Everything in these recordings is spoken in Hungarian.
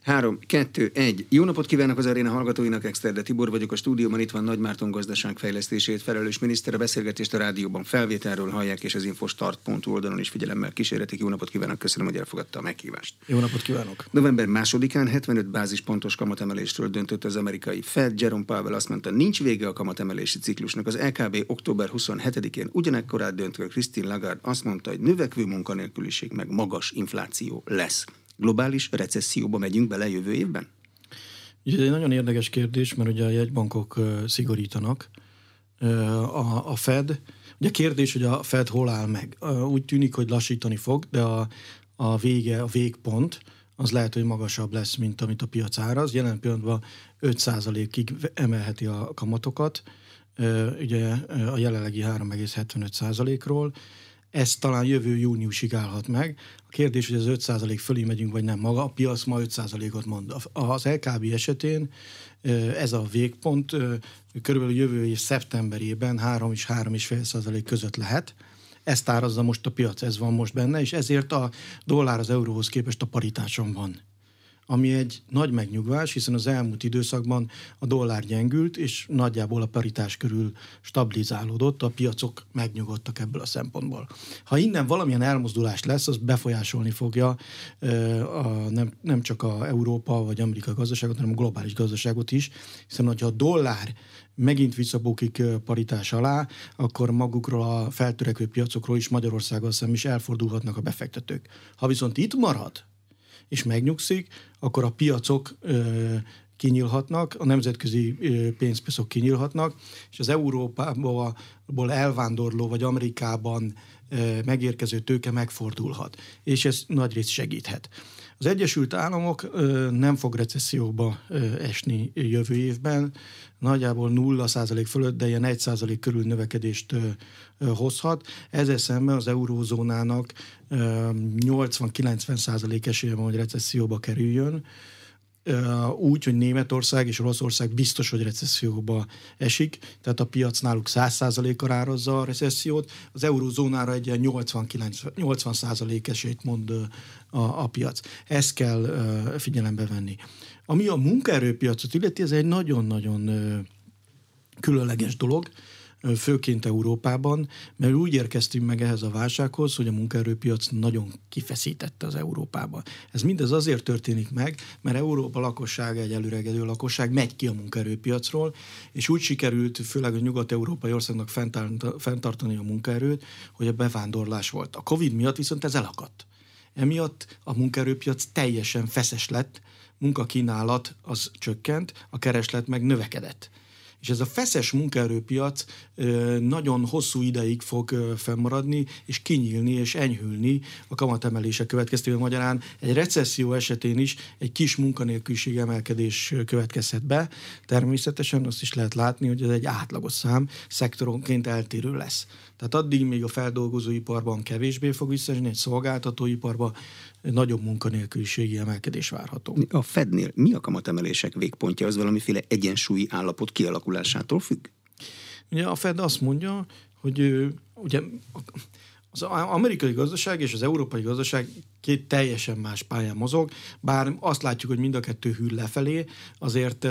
3, 2, 1. Jó napot kívánok az aréna hallgatóinak, Exterde Tibor vagyok a stúdióban, itt van Nagy Márton gazdaságfejlesztésért felelős miniszter, a beszélgetést a rádióban felvételről hallják, és az infostart.hu oldalon is figyelemmel kísérletik. Jó napot kívánok, köszönöm, hogy elfogadta a meghívást. Jó napot kívánok! November 2-án 75 bázispontos kamatemelésről döntött az amerikai Fed. Jerome Powell azt mondta, nincs vége a kamatemelési ciklusnak. Az LKB október 27-én ugyanekkorát döntve Christine Lagarde azt mondta, hogy növekvő munkanélküliség meg magas infláció lesz. Globális recesszióba megyünk bele jövő évben? Ez egy nagyon érdekes kérdés, mert ugye a jegybankok szigorítanak. A Fed, ugye a kérdés, hogy a Fed hol áll meg. Úgy tűnik, hogy lassítani fog, de a végpont az lehet, hogy magasabb lesz, mint amit a piac áraz. Jelen pillanatban 5%-ig emelheti a kamatokat, ugye a jelenlegi 3,75%-ról. Ez talán jövő júniusig állhat meg. A kérdés, hogy az 5% fölé megyünk, vagy nem. Maga a piac ma 5%-ot mond. Az LKB esetén ez a végpont körülbelül jövő év szeptemberében 3 és 3,5% között lehet. Ezt árazza most a piac, ez van most benne, és ezért a dollár az euróhoz képest a paritáson van. Ami egy nagy megnyugvás, hiszen az elmúlt időszakban a dollár gyengült, és nagyjából a paritás körül stabilizálódott, a piacok megnyugodtak ebből a szempontból. Ha innen valamilyen elmozdulás lesz, az befolyásolni fogja nem csak a Európa vagy Amerika gazdaságot, hanem a globális gazdaságot is, hiszen hogyha a dollár megint visszabukik paritás alá, akkor magukról a feltörekvő piacokról is Magyarországgal szemben is elfordulhatnak a befektetők. Ha viszont itt marad, és megnyugszik, akkor a piacok kinyílhatnak, a nemzetközi pénzpiacok kinyílhatnak, és az Európából elvándorló vagy Amerikában megérkező tőke megfordulhat, és ez nagyrészt segíthet. Az Egyesült Államok nem fog recesszióba esni jövő évben, nagyjából 0% fölött, de ilyen 1% körül növekedést hozhat. Ezzel szemben az eurózónának 80-90% esélye van, hogy recesszióba kerüljön. Úgy, hogy Németország és Olaszország biztos, hogy recesszióba esik, tehát a piac náluk 100%-kal árazza a recessziót, az eurózónára egy 80% esélyt mond a piac. Ezt kell figyelembe venni. Ami a munkaerőpiacot illeti, ez egy nagyon-nagyon különleges dolog, főként Európában, mert úgy érkeztünk meg ehhez a válsághoz, hogy a munkaerőpiac nagyon kifeszítette az Európában. Ez mindez azért történik meg, mert Európa lakossága egy előregedő lakosság, megy ki a munkaerőpiacról, és úgy sikerült, főleg a nyugat-európai országnak fenntartani a munkaerőt, hogy a bevándorlás volt. A Covid miatt viszont ez elakadt. Emiatt a munkaerőpiac teljesen feszes lett, munkakínálat az csökkent, a kereslet meg növekedett. És ez a feszes munkaerőpiac nagyon hosszú ideig fog fennmaradni, és kinyílni, és enyhülni a kamatemelése következtében. Magyarán egy recesszió esetén is egy kis munkanélküliség emelkedés következhet be. Természetesen azt is lehet látni, hogy ez egy átlagos szám, szektoronként eltérő lesz. Tehát addig még a feldolgozóiparban kevésbé fog visszaesni, egy szolgáltatóiparban nagyobb munkanélküliségi emelkedés várható. A Fednél mi a kamatemelések végpontja? Az valamiféle egyensúlyi állapot kialakulásától függ? Ugye a Fed azt mondja, hogy ugye az amerikai gazdaság és az európai gazdaság két teljesen más pályán mozog, bár azt látjuk, hogy mind a kettő hűl lefelé, azért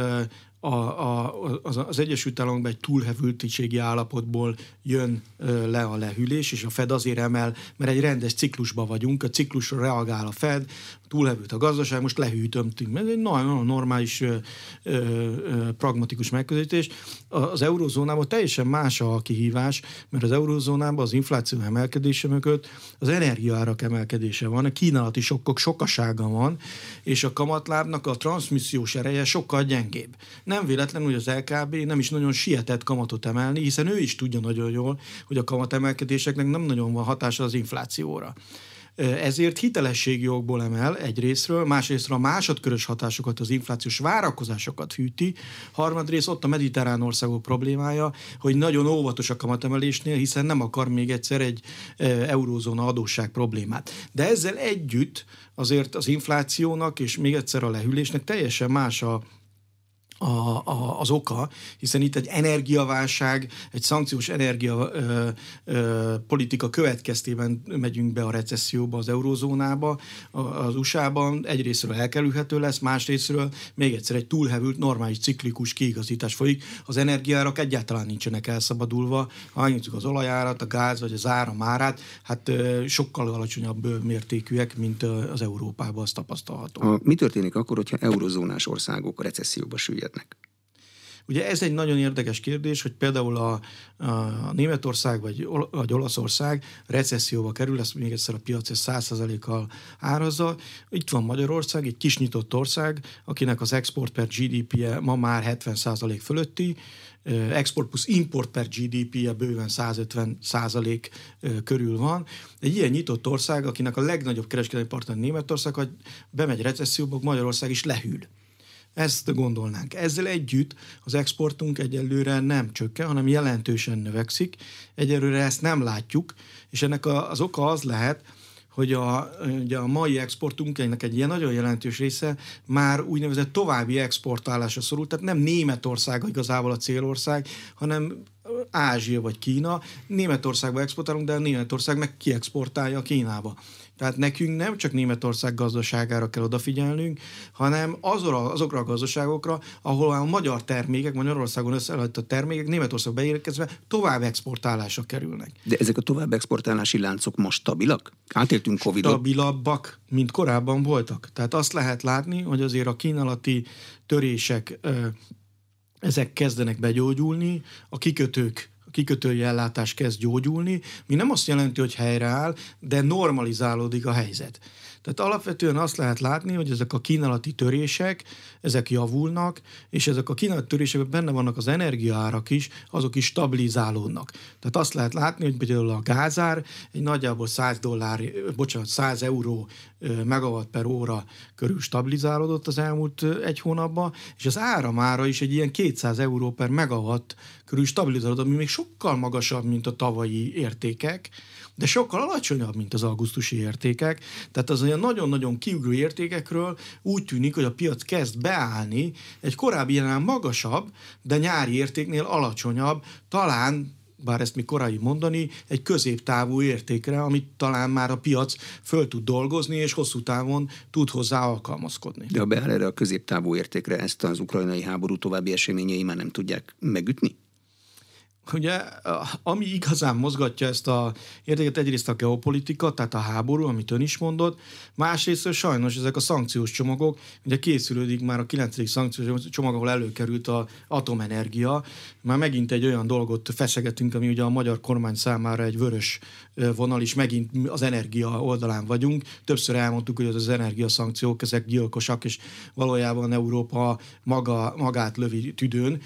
az Egyesült Államokban egy túlhevültségi állapotból jön le a lehűlés, és a Fed azért emel, mert egy rendes ciklusban vagyunk, a ciklusra reagál a Fed, túlhevült a gazdaság, most lehűtömtünk. Ez egy nagyon normális, pragmatikus megközelítés. Az eurózónában teljesen más a kihívás, mert az eurózónában az infláció emelkedése mögött az energiaárak emelkedése van, a kínálati sokkok sokasága van, és a kamatlábnak a transzmissziós ereje sokkal gyengébb. Nem véletlenül, hogy az LKB nem is nagyon sietett kamatot emelni, hiszen ő is tudja nagyon jól, hogy a kamatemelkedéseknek nem nagyon van hatása az inflációra. Ezért hitelességi jogból emel egyrészről, másrésztről a másodkörös hatásokat, az inflációs várakozásokat hűti, harmadrészt ott a mediterrán országok problémája, hogy nagyon óvatos a kamatemelésnél, hiszen nem akar még egyszer egy eurózóna adósság problémát. De ezzel együtt azért az inflációnak és még egyszer a lehűlésnek teljesen más az oka, hiszen itt egy energiaválság, egy szankciós politika következtében megyünk be a recesszióba az eurózónába, az USA-ban egyrészről elkerülhető lesz, másrészről még egyszer egy túlhevült, normális, ciklikus kiigazítás folyik. Az energiárak egyáltalán nincsenek elszabadulva. Ha megnézzük az olajárat, a gáz vagy az áram árát, hát sokkal alacsonyabb mértékűek, mint az Európában azt tapasztalható. Mi történik akkor, hogyha eurozónás országok recesszióba süllyednek? Ugye ez egy nagyon érdekes kérdés, hogy például a Németország vagy Olaszország recesszióba kerül, ezt még egyszer a piac 100%-kal árazza. Itt van Magyarország, egy kis nyitott ország, akinek az export per GDP-je ma már 70% fölötti, export plusz import per GDP-je bőven 150% körül van. Egy ilyen nyitott ország, akinek a legnagyobb kereskedelmi partner Németország, hogy bemegy recesszióba, Magyarország is lehűl. Ezt gondolnánk. Ezzel együtt az exportunk egyelőre nem csökken, hanem jelentősen növekszik. Egyelőre ezt nem látjuk, és ennek az oka az lehet, hogy ugye a mai exportunknak egy ilyen nagyon jelentős része már úgynevezett további exportálásra szorult, tehát nem Németország igazából a célország, hanem Ázsia vagy Kína. Németországba exportálunk, de a Németország meg kiexportálja Kínába. Tehát nekünk nem csak Németország gazdaságára kell odafigyelnünk, hanem azokra a gazdaságokra, ahol a magyar termékek, Magyarországon összeállított termékek Németországba beérkezve tovább exportálásra kerülnek. De ezek a tovább exportálási láncok most stabilak? Átéltünk Covid-ot? Stabilabbak, mint korábban voltak. Tehát azt lehet látni, hogy azért a kínálati törések ezek kezdenek begyógyulni, a kikötői ellátás kezd gyógyulni, mi nem azt jelenti, hogy helyreáll, de normalizálódik a helyzet. Tehát alapvetően azt lehet látni, hogy ezek a kínálati törések, ezek javulnak, és ezek a kínálati törésekben benne vannak az energiaárak is, azok is stabilizálódnak. Tehát azt lehet látni, hogy például a gázár egy nagyjából 100 euró megawatt per óra körül stabilizálódott az elmúlt egy hónapban, és az áramára is egy ilyen 200 euró per megawatt körül stabilizálódott, ami még sokkal magasabb, mint a tavalyi értékek, de sokkal alacsonyabb, mint az augusztusi értékek. Tehát az olyan nagyon-nagyon kiugró értékekről úgy tűnik, hogy a piac kezd beállni egy korábbi ilyen magasabb, de nyári értéknél alacsonyabb, talán, bár ezt még korai mondani, egy középtávú értékre, amit talán már a piac föl tud dolgozni, és hosszú távon tud hozzá alkalmazkodni. De ha beáll erre a középtávú értékre, ezt az ukrajnai háború további eseményei már nem tudják megütni? Ugye, ami igazán mozgatja ezt a értéket, egyrészt a geopolitika, tehát a háború, amit ön is mondott, másrészt sajnos ezek a szankciós csomagok, ugye készülődik már a 9. szankciós csomag, ahol előkerült az atomenergia, már megint egy olyan dolgot feszegetünk, ami ugye a magyar kormány számára egy vörös vonal, és megint az energia oldalán vagyunk. Többször elmondtuk, hogy az energiaszankciók, ezek gyilkosak, és valójában Európa magát lövi tüdőn,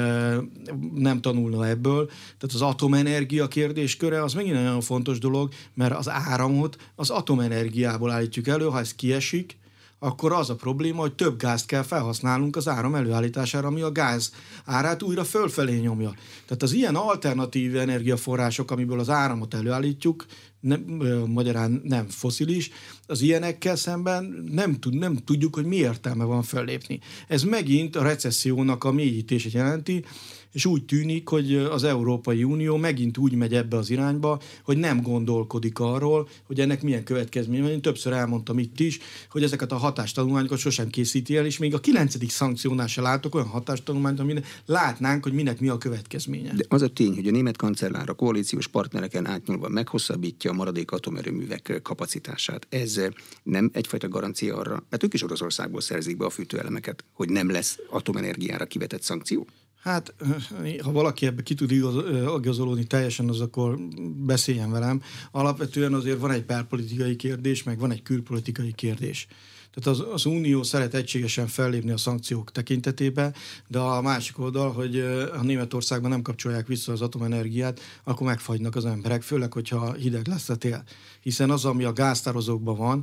nem tanulna ebből. Tehát az atomenergia kérdésköre az megint nagyon fontos dolog, mert az áramot az atomenergiából állítjuk elő, ha ez kiesik, akkor az a probléma, hogy több gázt kell felhasználnunk az áram előállítására, ami a gáz árát újra fölfelé nyomja. Tehát az ilyen alternatív energiaforrások, amiből az áramot előállítjuk, magyarán nem fosszilis, az ilyenekkel szemben nem tudjuk, hogy mi értelme van fellépni. Ez megint a recessziónak a mélyítését jelenti, és úgy tűnik, hogy az Európai Unió megint úgy megy ebbe az irányba, hogy nem gondolkodik arról, hogy ennek milyen következménye van. Én többször elmondtam itt is, hogy ezeket a hatástanulmányokat sosem készíti el, és még a 9. szankciónál se látok olyan hatástanulmányt, amin látnánk, hogy minek mi a következménye. De az a tény, hogy a német kancellár a koalíciós partnereken átnyúlva meghosszabbítja a maradék atomerőművek kapacitását. Ez nem egyfajta garancia arra, mert ők is Oroszországból szerzik be a fűtőelemeket, hogy nem lesz atomenergiára kivetett szankció? Hát, ha valaki ebbe ki tud igazolódni teljesen, az akkor beszéljen velem. Alapvetően azért van egy belpolitikai kérdés, meg van egy külpolitikai kérdés. Tehát az Unió szeret egységesen fellépni a szankciók tekintetében, de a másik oldal, hogy ha Németországban nem kapcsolják vissza az atomenergiát, akkor megfagynak az emberek, főleg, hogyha hideg lesz a tél. Hiszen az, ami a gáztározókban van,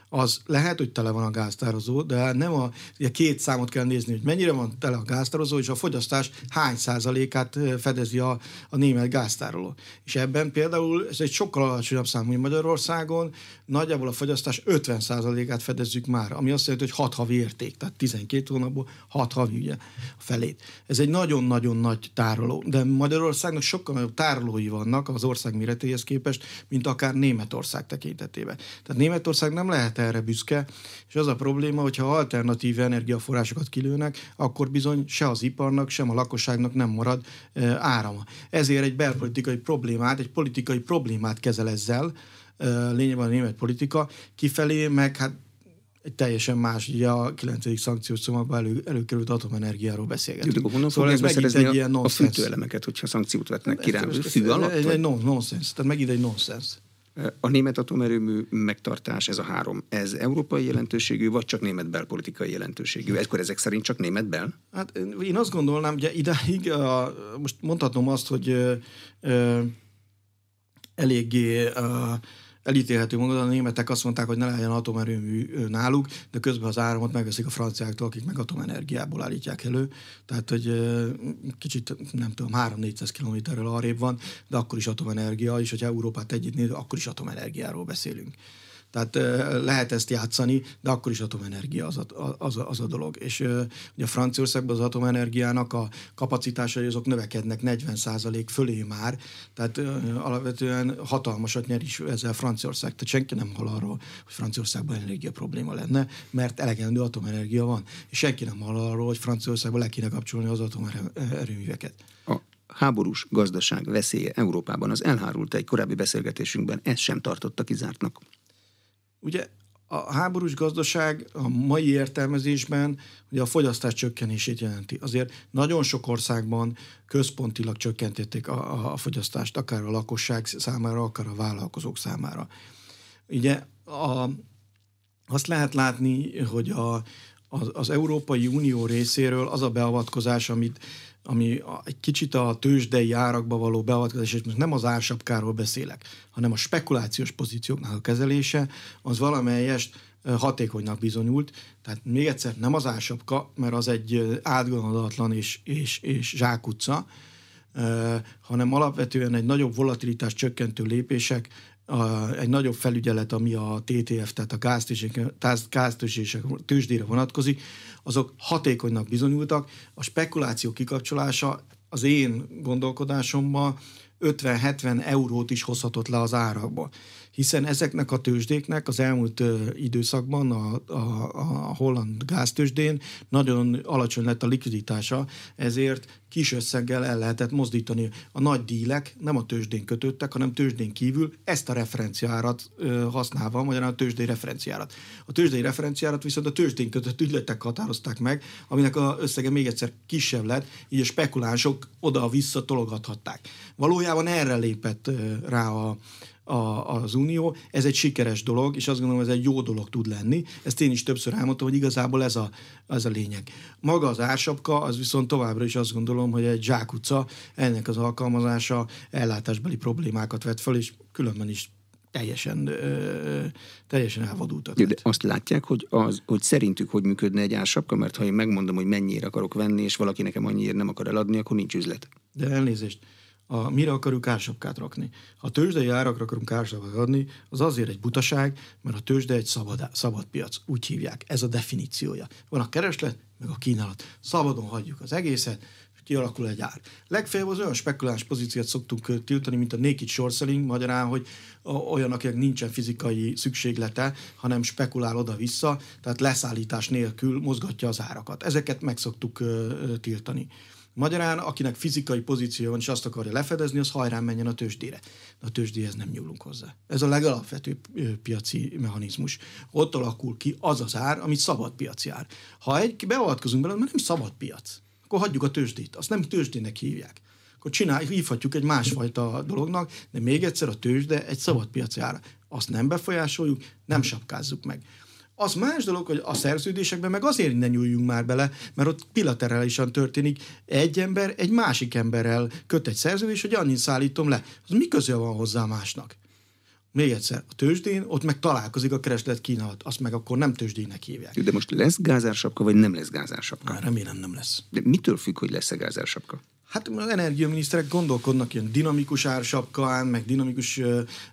az lehet, hogy tele van a gáztározó, de nem ugye két számot kell nézni, hogy mennyire van tele a gáztározó, és a fogyasztás hány százalékát fedezi a német gáztároló. És ebben például ez egy sokkal alacsonyabb szám, hogy Magyarországon nagyjából a fogyasztás 50%-át fedezzük már, ami azt jelenti, hogy 6 havi érték, tehát 12 hónapból 6 havi ugye a felét. Ez egy nagyon-nagyon nagy tároló, de Magyarországnak sokkal nagyobb tárolói vannak az ország méretéhez képest, mint akár Németország tekintetében. Tehát Németország nem lehet erre büszke, és az a probléma, hogyha alternatív energiaforrásokat kilőnek, akkor bizony se az iparnak, sem a lakosságnak nem marad árama. Ezért egy belpolitikai problémát, egy politikai problémát kezel ezzel, lényegben a német politika, kifelé meg hát egy teljesen más, ugye a 9. szankciós csomagban előkerült atomenergiáról beszélgetünk. Szóval ez megint egy ilyen a fűtőelemeket, hogyha szankciót vetnek ki rá. Fű alatt? Egy nonsens, tehát megint egy nonsens. A német atomerőmű megtartás, ez a 3, ez európai jelentőségű, vagy csak német belpolitikai jelentőségű? Akkor ezek szerint csak német bel? Hát én azt gondolnám, ugye idáig, most mondhatom azt, hogy eléggé elítélhető módon a németek azt mondták, hogy ne legyen atomerőmű náluk, de közben az áramot megveszik a franciáktól, akik meg atomenergiából állítják elő. Tehát, hogy kicsit, nem tudom, 300-400 kilométerrel arrébb van, de akkor is atomenergia, és hogyha Európát együtt nézzük, akkor is atomenergiáról beszélünk. Tehát lehet ezt játszani, de akkor is atomenergia az a dolog. És ugye Franciaországban az atomenergiának a kapacitásai azok növekednek 40% fölé már, tehát alapvetően hatalmasat nyer is ezzel Franciaország. Tehát senki nem hall arról, hogy Franciaországban energia probléma lenne, mert elegendő atomenergia van. És senki nem hall arról, hogy Franciaországban le kéne kapcsolni az atomerőműveket. A háborús gazdaság veszélye Európában az elhárult egy korábbi beszélgetésünkben, ezt sem tartotta kizártnak. Ugye a háborús gazdaság a mai értelmezésben ugye a fogyasztás csökkenését jelenti. Azért nagyon sok országban központilag csökkentették a fogyasztást, akár a lakosság számára, akár a vállalkozók számára. Ugye azt lehet látni, hogy az Európai Unió részéről az a beavatkozás, ami egy kicsit a tőzsdei árakba való beavatkozás, és most nem az ársapkáról beszélek, hanem a spekulációs pozícióknak a kezelése, az valamelyest hatékonynak bizonyult. Tehát még egyszer nem az ársapka, mert az egy átgondolatlan és zsákutca, hanem alapvetően egy nagyobb volatilitás csökkentő lépések, egy nagyobb felügyelet, ami a TTF, tehát a gáztőzsdére vonatkozik, azok hatékonynak bizonyultak. A spekuláció kikapcsolása az én gondolkodásomban 50-70 eurót is hozhatott le az árakba. Hiszen ezeknek a tőzsdéknek az elmúlt időszakban a holland gáztőzsdén nagyon alacsony lett a likviditása, ezért kis összeggel el lehetett mozdítani. A nagy dílek nem a tőzsdén kötöttek, hanem tőzsdén kívül ezt a referenciárat használva, magyarán a tőzsdei referenciárat. A tőzsdei referenciárat viszont a tőzsdén kötött ügyletek határozták meg, aminek az összege még egyszer kisebb lett, így a spekulánsok oda-vissza tologathatták. Valójában erre lépett rá az Unió. Ez egy sikeres dolog, és azt gondolom, ez egy jó dolog tud lenni. Ezt én is többször elmondtam, hogy igazából ez a lényeg. Maga az ársapka, az viszont továbbra is azt gondolom, hogy egy zsákutca, ennek az alkalmazása ellátásbeli problémákat vet föl, és különben is teljesen elvadultat. De azt látják, hogy szerintük hogy működne egy ársapka, mert ha én megmondom, hogy mennyire akarok venni, és valaki nekem annyiért nem akar eladni, akkor nincs üzlet. De elnézést. Mire akarjuk ársapkát rakni? Ha a tőzsdei árakra akarunk ársapkát adni, az azért egy butaság, mert a tőzsde egy szabad piac. Úgy hívják. Ez a definíciója. Van a kereslet, meg a kínálat. Szabadon hagyjuk az egészet, és kialakul egy ár. Legfeljebb az olyan spekuláns pozíciót szoktunk tiltani, mint a naked short selling, magyarán, hogy olyan, akinek nincsen fizikai szükséglete, hanem spekulál oda-vissza, tehát leszállítás nélkül mozgatja az árakat. Ezeket meg szoktuk tiltani. Magyarán, akinek fizikai pozíció van, és azt akarja lefedezni, az hajrán menjen a tőzsdére. De a tőzsdéhez nem nyúlunk hozzá. Ez a legalapvetőbb piaci mechanizmus. Ott alakul ki az az ár, amit szabad piaci ár. Ha beavatkozunk bele, mert nem szabad piac, akkor hagyjuk a tőzsdét. Azt nem tőzsdének hívják. Akkor hívhatjuk egy másfajta dolognak, de még egyszer a tőzsde egy szabad piaci ára. Azt nem befolyásoljuk, nem sapkázzuk meg. Az más dolog, hogy a szerződésekben meg azért ne nyúljunk már bele, mert ott bilaterálisan történik. Egy ember egy másik emberrel köt egy szerződést, hogy annyit szállítom le. Az mi köze van hozzá másnak? Még egyszer, a tőzsdén ott meg találkozik a kereslet kínálat, azt meg akkor nem tőzsdének hívják. De most lesz gázársapka, vagy nem lesz gázársapka? Remélem nem lesz. De mitől függ, hogy lesz-e gázársapka? Hát az energiaminiszterek gondolkodnak ilyen dinamikus ársapkán, meg dinamikus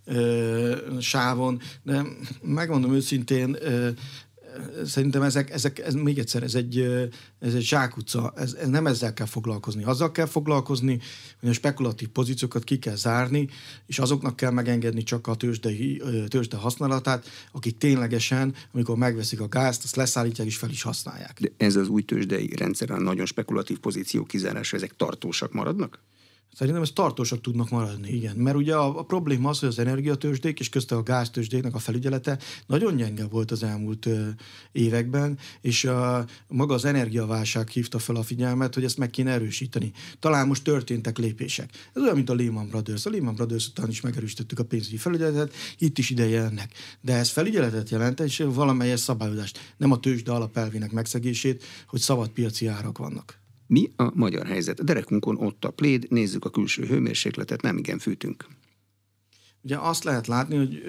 sávon, de megmondom őszintén, szerintem ez még egyszer, ez egy zsákutca, ez nem ezzel kell foglalkozni. Azzal kell foglalkozni, hogy a spekulatív pozíciókat ki kell zárni, és azoknak kell megengedni csak a tőzsde használatát, akik ténylegesen, amikor megveszik a gázt, azt leszállítják és fel is használják. De ez az új tőzsdei rendszer, a nagyon spekulatív pozíció kizárása, ezek tartósak maradnak? Szerintem ez tartósak tudnak maradni, igen. Mert ugye a probléma az, hogy az energiatőzsdék és közte a gáztőzsdéknek a felügyelete nagyon gyenge volt az elmúlt években, és maga az energiaválság hívta fel a figyelmet, hogy ezt meg kéne erősíteni. Talán most történtek lépések. Ez olyan, mint a Lehman Brothers. A Lehman Brothers után is megerősítettük a pénzügyi felügyeletet, itt is ideje ennek. De ez felügyeletet jelent, és valamelyes szabályozást, nem a tőzsde alapelvének megszegését, hogy szabad piaci árak vannak. Mi a magyar helyzet? A derekunkon ott a pléd, nézzük a külső hőmérsékletet, nem igen fűtünk. Ugye azt lehet látni, hogy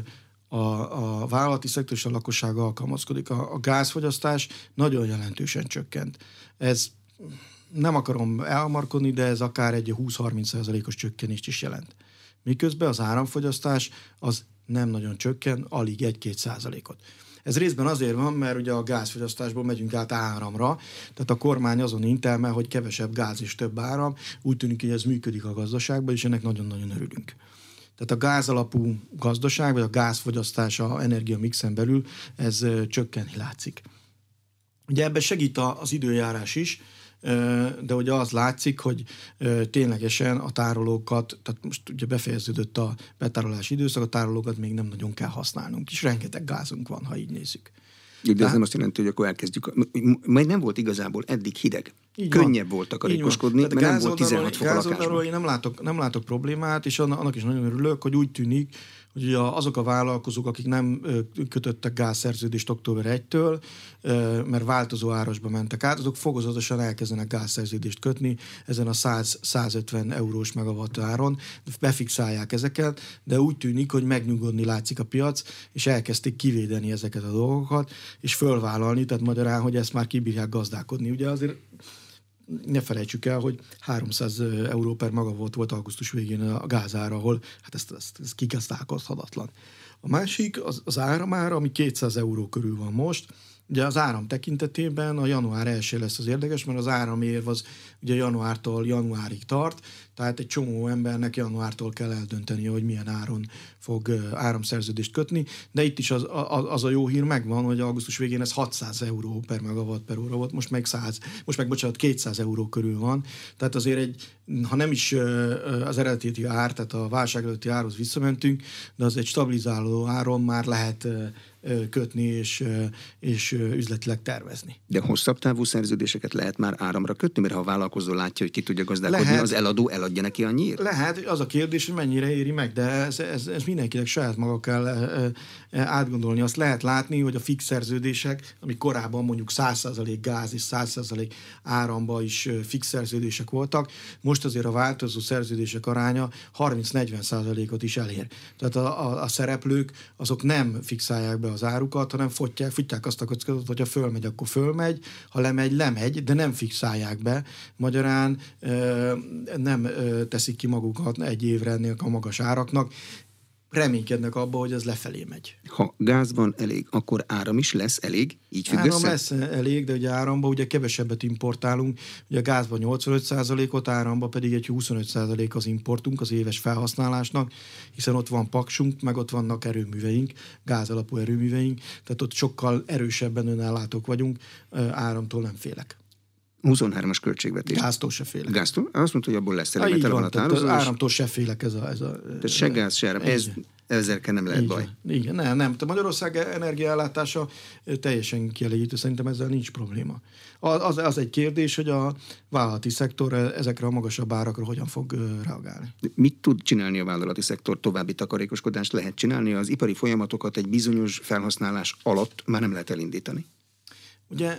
a vállalati szektor és a lakosság alkalmazkodik. A gázfogyasztás nagyon jelentősen csökkent. Ez nem akarom elmarkodni, de ez akár egy 20-30%-os csökkenést is jelent. Miközben az áramfogyasztás az nem nagyon csökken, alig 1-2%-ot. Ez részben azért van, mert ugye a gázfogyasztásból megyünk át áramra, tehát a kormány azon intelme, hogy kevesebb gáz és több áram, úgy tűnik, hogy ez működik a gazdaságban, és ennek nagyon-nagyon örülünk. Tehát a gázalapú gazdaság, vagy a gázfogyasztás a energiamixen belül, ez csökkenni látszik. Ugye ebben segít az időjárás is, de ugye az látszik, hogy ténylegesen a tárolókat, tehát most ugye befejeződött a betárolási időszak, a tárolókat még nem nagyon kell használnunk, és rengeteg gázunk van, ha így nézzük. De ez nem azt jelenti, hogy akkor elkezdjük. Majd nem volt igazából eddig hideg. Könnyebb volt takarékoskodni, mert nem volt 16 fok a lakásban. Én nem látok problémát, és annak is nagyon örülök, hogy úgy tűnik, hogy ugye azok a vállalkozók, akik nem kötöttek gázszerződést október 1-től, mert változó árasba mentek át, azok fokozatosan elkezdenek gázszerződést kötni ezen a 100-150 eurós megawatt áron, befixálják ezeket, de úgy tűnik, hogy megnyugodni látszik a piac, és elkezdték kivédeni ezeket a dolgokat, és fölvállalni, tehát magyarán, hogy ezt már kibírják gazdálkodni. Ugye azért ne felejtsük el, hogy 300 euró per megawatt volt augusztus végén a gázára, ahol hát ez kigazdálkodhatatlan. A másik az áramára, ami 200 euró körül van most. Ugye az áram tekintetében a január 1 lesz az érdekes, mert az áramérv az ugye januártól januárig tart, tehát egy csomó embernek januártól kell eldöntenie, hogy milyen áron fog áramszerződést kötni, de itt is az a jó hír megvan, hogy augusztus végén ez 600 euró per megawatt per óra volt, most meg 200 euró körül van, tehát azért ha nem is az eredeti ár, tehát a válság előtti árhoz visszamentünk, de az egy stabilizáló áron már lehet kötni és üzletileg tervezni. De hosszabb távú szerződéseket lehet már áramra kötni, mert ha a vállalkozó látja, hogy ki tudja gazdálkodni, az eladó eladja neki annyiért? Lehet, az a kérdés, hogy mennyire éri meg, de ez mindenkinek saját maga kell átgondolni. Azt lehet látni, hogy a fix szerződések, ami korábban mondjuk 100% gáz és 100% áramba is fix szerződések voltak, most azért a változó szerződések aránya 30-40%-ot is elér. Tehát a szereplők azok nem fixálják be az árukat, hanem futják azt a kockázatot, hogy ha fölmegy, akkor fölmegy, ha lemegy, de nem fixálják be. Magyarán nem teszik ki magukat egy évre ennél a magas áraknak, reménykednek abba, hogy ez lefelé megy. Ha gáz van elég, akkor áram is lesz elég? Így függ Áram lesz elég, de ugye áramba ugye kevesebbet importálunk, ugye a gázban 85%-ot, áramba pedig egy 25% az importunk az éves felhasználásnak, hiszen ott van paksunk, meg ott vannak erőműveink, gázalapú erőműveink, tehát ott sokkal erősebben önellátók vagyunk, áramtól nem félek. 23-as költségvetés. Gáztól se félek. Gáztól? Azt mondta, hogy abból lesz tele van a tározó. Áramtól se félek ez a tehát se gáz, se áram. Ezzel nem lehet baj. Igen, nem. A Magyarország energiaellátása teljesen kielégítő, szerintem ezzel nincs probléma. Az egy kérdés, hogy a vállalati szektor ezekre a magasabb árakra hogyan fog reagálni. Mit tud csinálni a vállalati szektor? További takarékoskodást lehet csinálni? Az ipari folyamatokat egy bizonyos felhasználás alatt már nem lehet elindítani. Ugye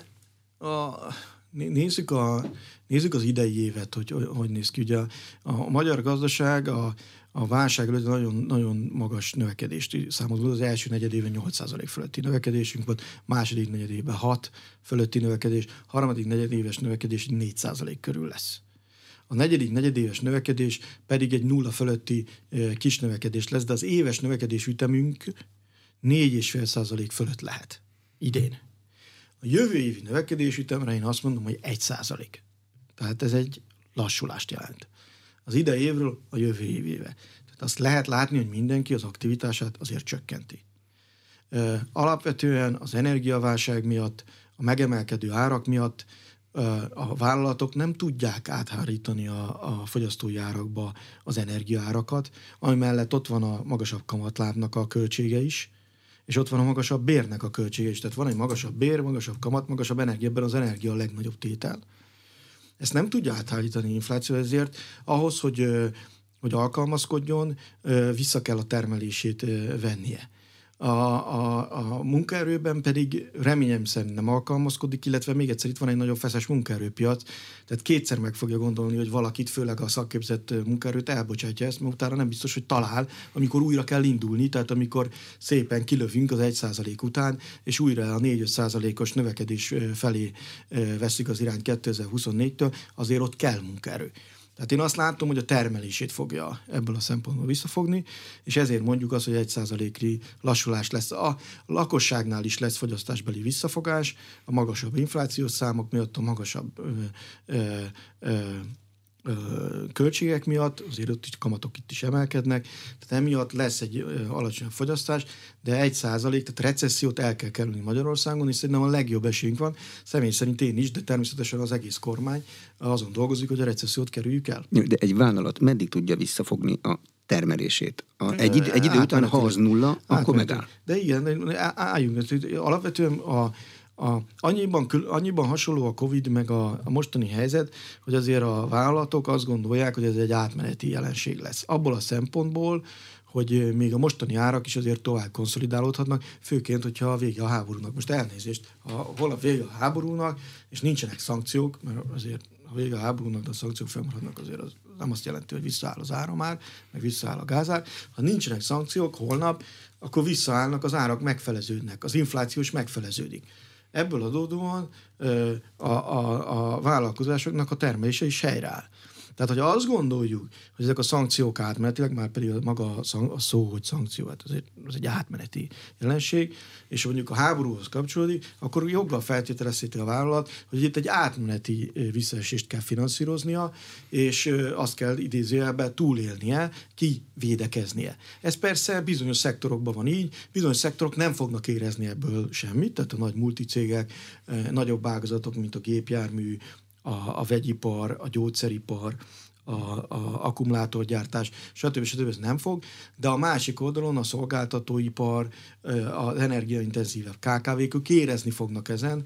nézzük az idei évet, hogy néz ki. Ugye a magyar gazdaság a válság előtt nagyon, nagyon magas növekedést számoltunk. Az első negyedében 8% fölötti növekedésünk volt, második negyedében 6 fölötti növekedés, harmadik negyedéves növekedés 4% körül lesz. A negyedik negyedéves növekedés pedig egy 0 fölötti kis növekedés lesz, de az éves növekedés ütemünk 4,5% fölött lehet idén. A jövő évi növekedés ütemre én azt mondom, hogy 1%. Tehát ez egy lassulást jelent. Az idei évről a jövő évébe. Tehát azt lehet látni, hogy mindenki az aktivitását azért csökkenti. Alapvetően az energiaválság miatt, a megemelkedő árak miatt a vállalatok nem tudják áthárítani a fogyasztói árakba az energiaárakat, ami mellett ott van a magasabb kamatlábnak a költsége is, és ott van a magasabb bérnek a költsége is. Tehát van egy magasabb bér, magasabb kamat, magasabb energia, ebben az energia a legnagyobb tétel. Ezt nem tudja áthárítani infláció, ezért ahhoz, hogy alkalmazkodjon, vissza kell a termelését vennie. A munkaerőben pedig reményem szerint nem alkalmazkodik, illetve még egyszer itt van egy nagyon feszes munkaerőpiac, tehát kétszer meg fogja gondolni, hogy valakit, főleg a szakképzett munkaerőt elbocsátja ezt, mert utána nem biztos, hogy talál, amikor újra kell indulni, tehát amikor szépen kilövünk az 1% után, és újra a 4-5%-os növekedés felé veszik az irányt 2024-től, azért ott kell munkaerő. Tehát én azt látom, hogy a termelését fogja ebből a szempontból visszafogni, és ezért mondjuk azt, hogy 1%-i lassulás lesz. A lakosságnál is lesz fogyasztásbeli visszafogás, a magasabb inflációs számok miatt, a magasabb költségek miatt, azért ott kamatok itt is emelkednek, tehát emiatt lesz egy alacsony fogyasztás, de 1%, tehát recessziót el kell kerülni Magyarországon, és szerintem a legjobb esélyünk van. Személy szerint én is, de természetesen az egész kormány azon dolgozik, hogy a recessziót kerüljük el. De egy vállalat meddig tudja visszafogni a termelését? Egy idő után, ha az nulla, akkor megáll. De igen, álljunk. Alapvetően annyiban hasonló a Covid meg a mostani helyzet, hogy azért a vállalatok azt gondolják, hogy ez egy átmeneti jelenség lesz. Abból a szempontból, hogy még a mostani árak is azért tovább konszolidálódhatnak, főként, hogyha a vége a háborúnak. Most elnézést, ha holnap vége a háborúnak, és nincsenek szankciók, mert azért ha vége a háborúnak, de a szankciók fennmaradnak, azért az nem azt jelenti, hogy visszaáll az áramár, meg visszaáll a gázár. Ha nincsenek szankciók holnap, akkor visszaállnak, az árak megfeleződnek, az infláció is megfeleződik. Ebből adódóan a vállalkozásoknak a termelése is helyreáll. Tehát, hogy azt gondoljuk, hogy ezek a szankciók átmenetileg, már pedig maga a szó, hogy szankció, hát az egy átmeneti jelenség, és mondjuk a háborúhoz kapcsolódik, akkor joggal feltételezheti a vállalat, hogy itt egy átmeneti visszaesést kell finanszíroznia, és azt kell idézőjelben túlélnie, kivédekeznie. Ez persze bizonyos szektorokban van így, bizonyos szektorok nem fognak érezni ebből semmit, tehát a nagy multicégek, nagyobb ágazatok, mint a gépjármű, a vegyipar, a gyógyszeripar, a akkumulátorgyártás, stb. Ez nem fog, de a másik oldalon a szolgáltatóipar, az energiaintenzívebb KKV-k érezni fognak ezen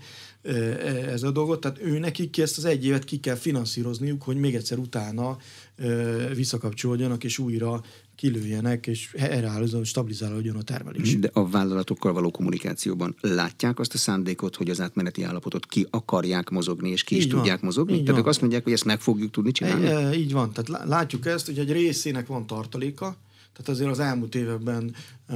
ez a dolgot, tehát nekik ezt az egy évet ki kell finanszírozniuk, hogy még egyszer utána visszakapcsolódjanak, és újra kilőjenek, és helyreállódjon, stabilizálódjon a termelés. De a vállalatokkal való kommunikációban látják azt a szándékot, hogy az átmeneti állapotot ki akarják mozogni, és ki is tudják mozogni? Tehát ők azt mondják, hogy ezt meg fogjuk tudni csinálni? Így van. Tehát látjuk ezt, hogy egy részének van tartaléka, tehát azért az elmúlt években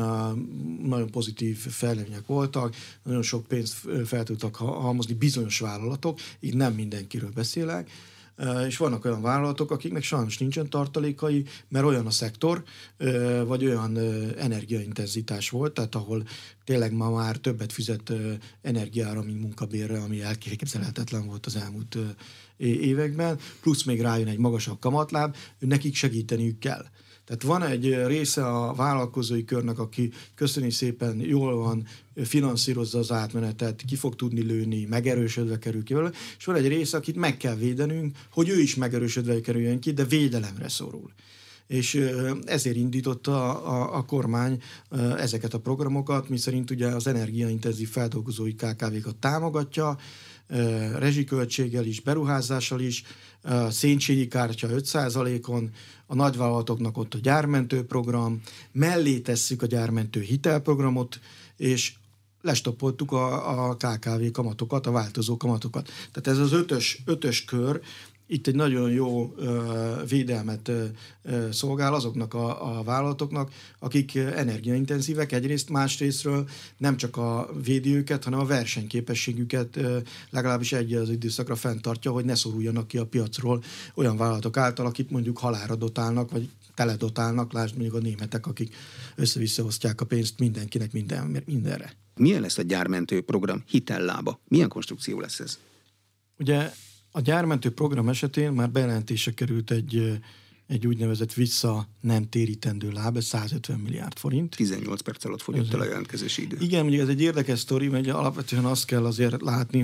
nagyon pozitív fejlemények voltak, nagyon sok pénzt fel tudtak halmozni bizonyos vállalatok, így nem mindenkiről beszélek, és vannak olyan vállalatok, akiknek sajnos nincsen tartalékai, mert olyan a szektor, vagy olyan energiaintenzitás volt, tehát ahol tényleg ma már többet fizet energiára, mint munkabérre, ami elképzelhetetlen volt az elmúlt években, plusz még rájön egy magasabb kamatláb, nekik segíteniük kell. Tehát van egy része a vállalkozói körnek, aki köszöni szépen, jól van, finanszírozza az átmenetet, ki fog tudni lőni, megerősödve kerül ki vele, és van egy része, akit meg kell védenünk, hogy ő is megerősödve kerüljön ki, de védelemre szorul. És ezért indította a kormány ezeket a programokat, miszerint ugye az energiaintenzív feldolgozói KKV-kat támogatja, rezsiköltséggel is, beruházással is, szénchenyi kártya 5%-on, a nagyvállalatoknak ott a gyármentő program, mellé tesszük a gyármentő hitelprogramot, és lestoppoltuk a KKV kamatokat, a változó kamatokat. Tehát ez az ötös kör, itt egy nagyon jó védelmet szolgál azoknak a vállalatoknak, akik energiaintenzívek egyrészt, másrésztről nem csak a védi őket, hanem a versenyképességüket legalábbis egy az időszakra fenntartja, hogy ne szoruljanak ki a piacról olyan vállalatok által, akik mondjuk halálra dotálnak, vagy teledotálnak, lásd mondjuk a németek, akik össze-vissza osztják a pénzt mindenkinek mindenre. Milyen lesz a gyármentő program hitellába? Milyen konstrukció lesz ez? Ugye a gyármentő program esetén már bejelentése került egy úgynevezett vissza nem térítendő láb, ez 150 milliárd forint. 18 perc alatt fogyott el a jelentkezési idő. Igen, ugye ez egy érdekes sztori, mert alapvetően azt kell azért látni,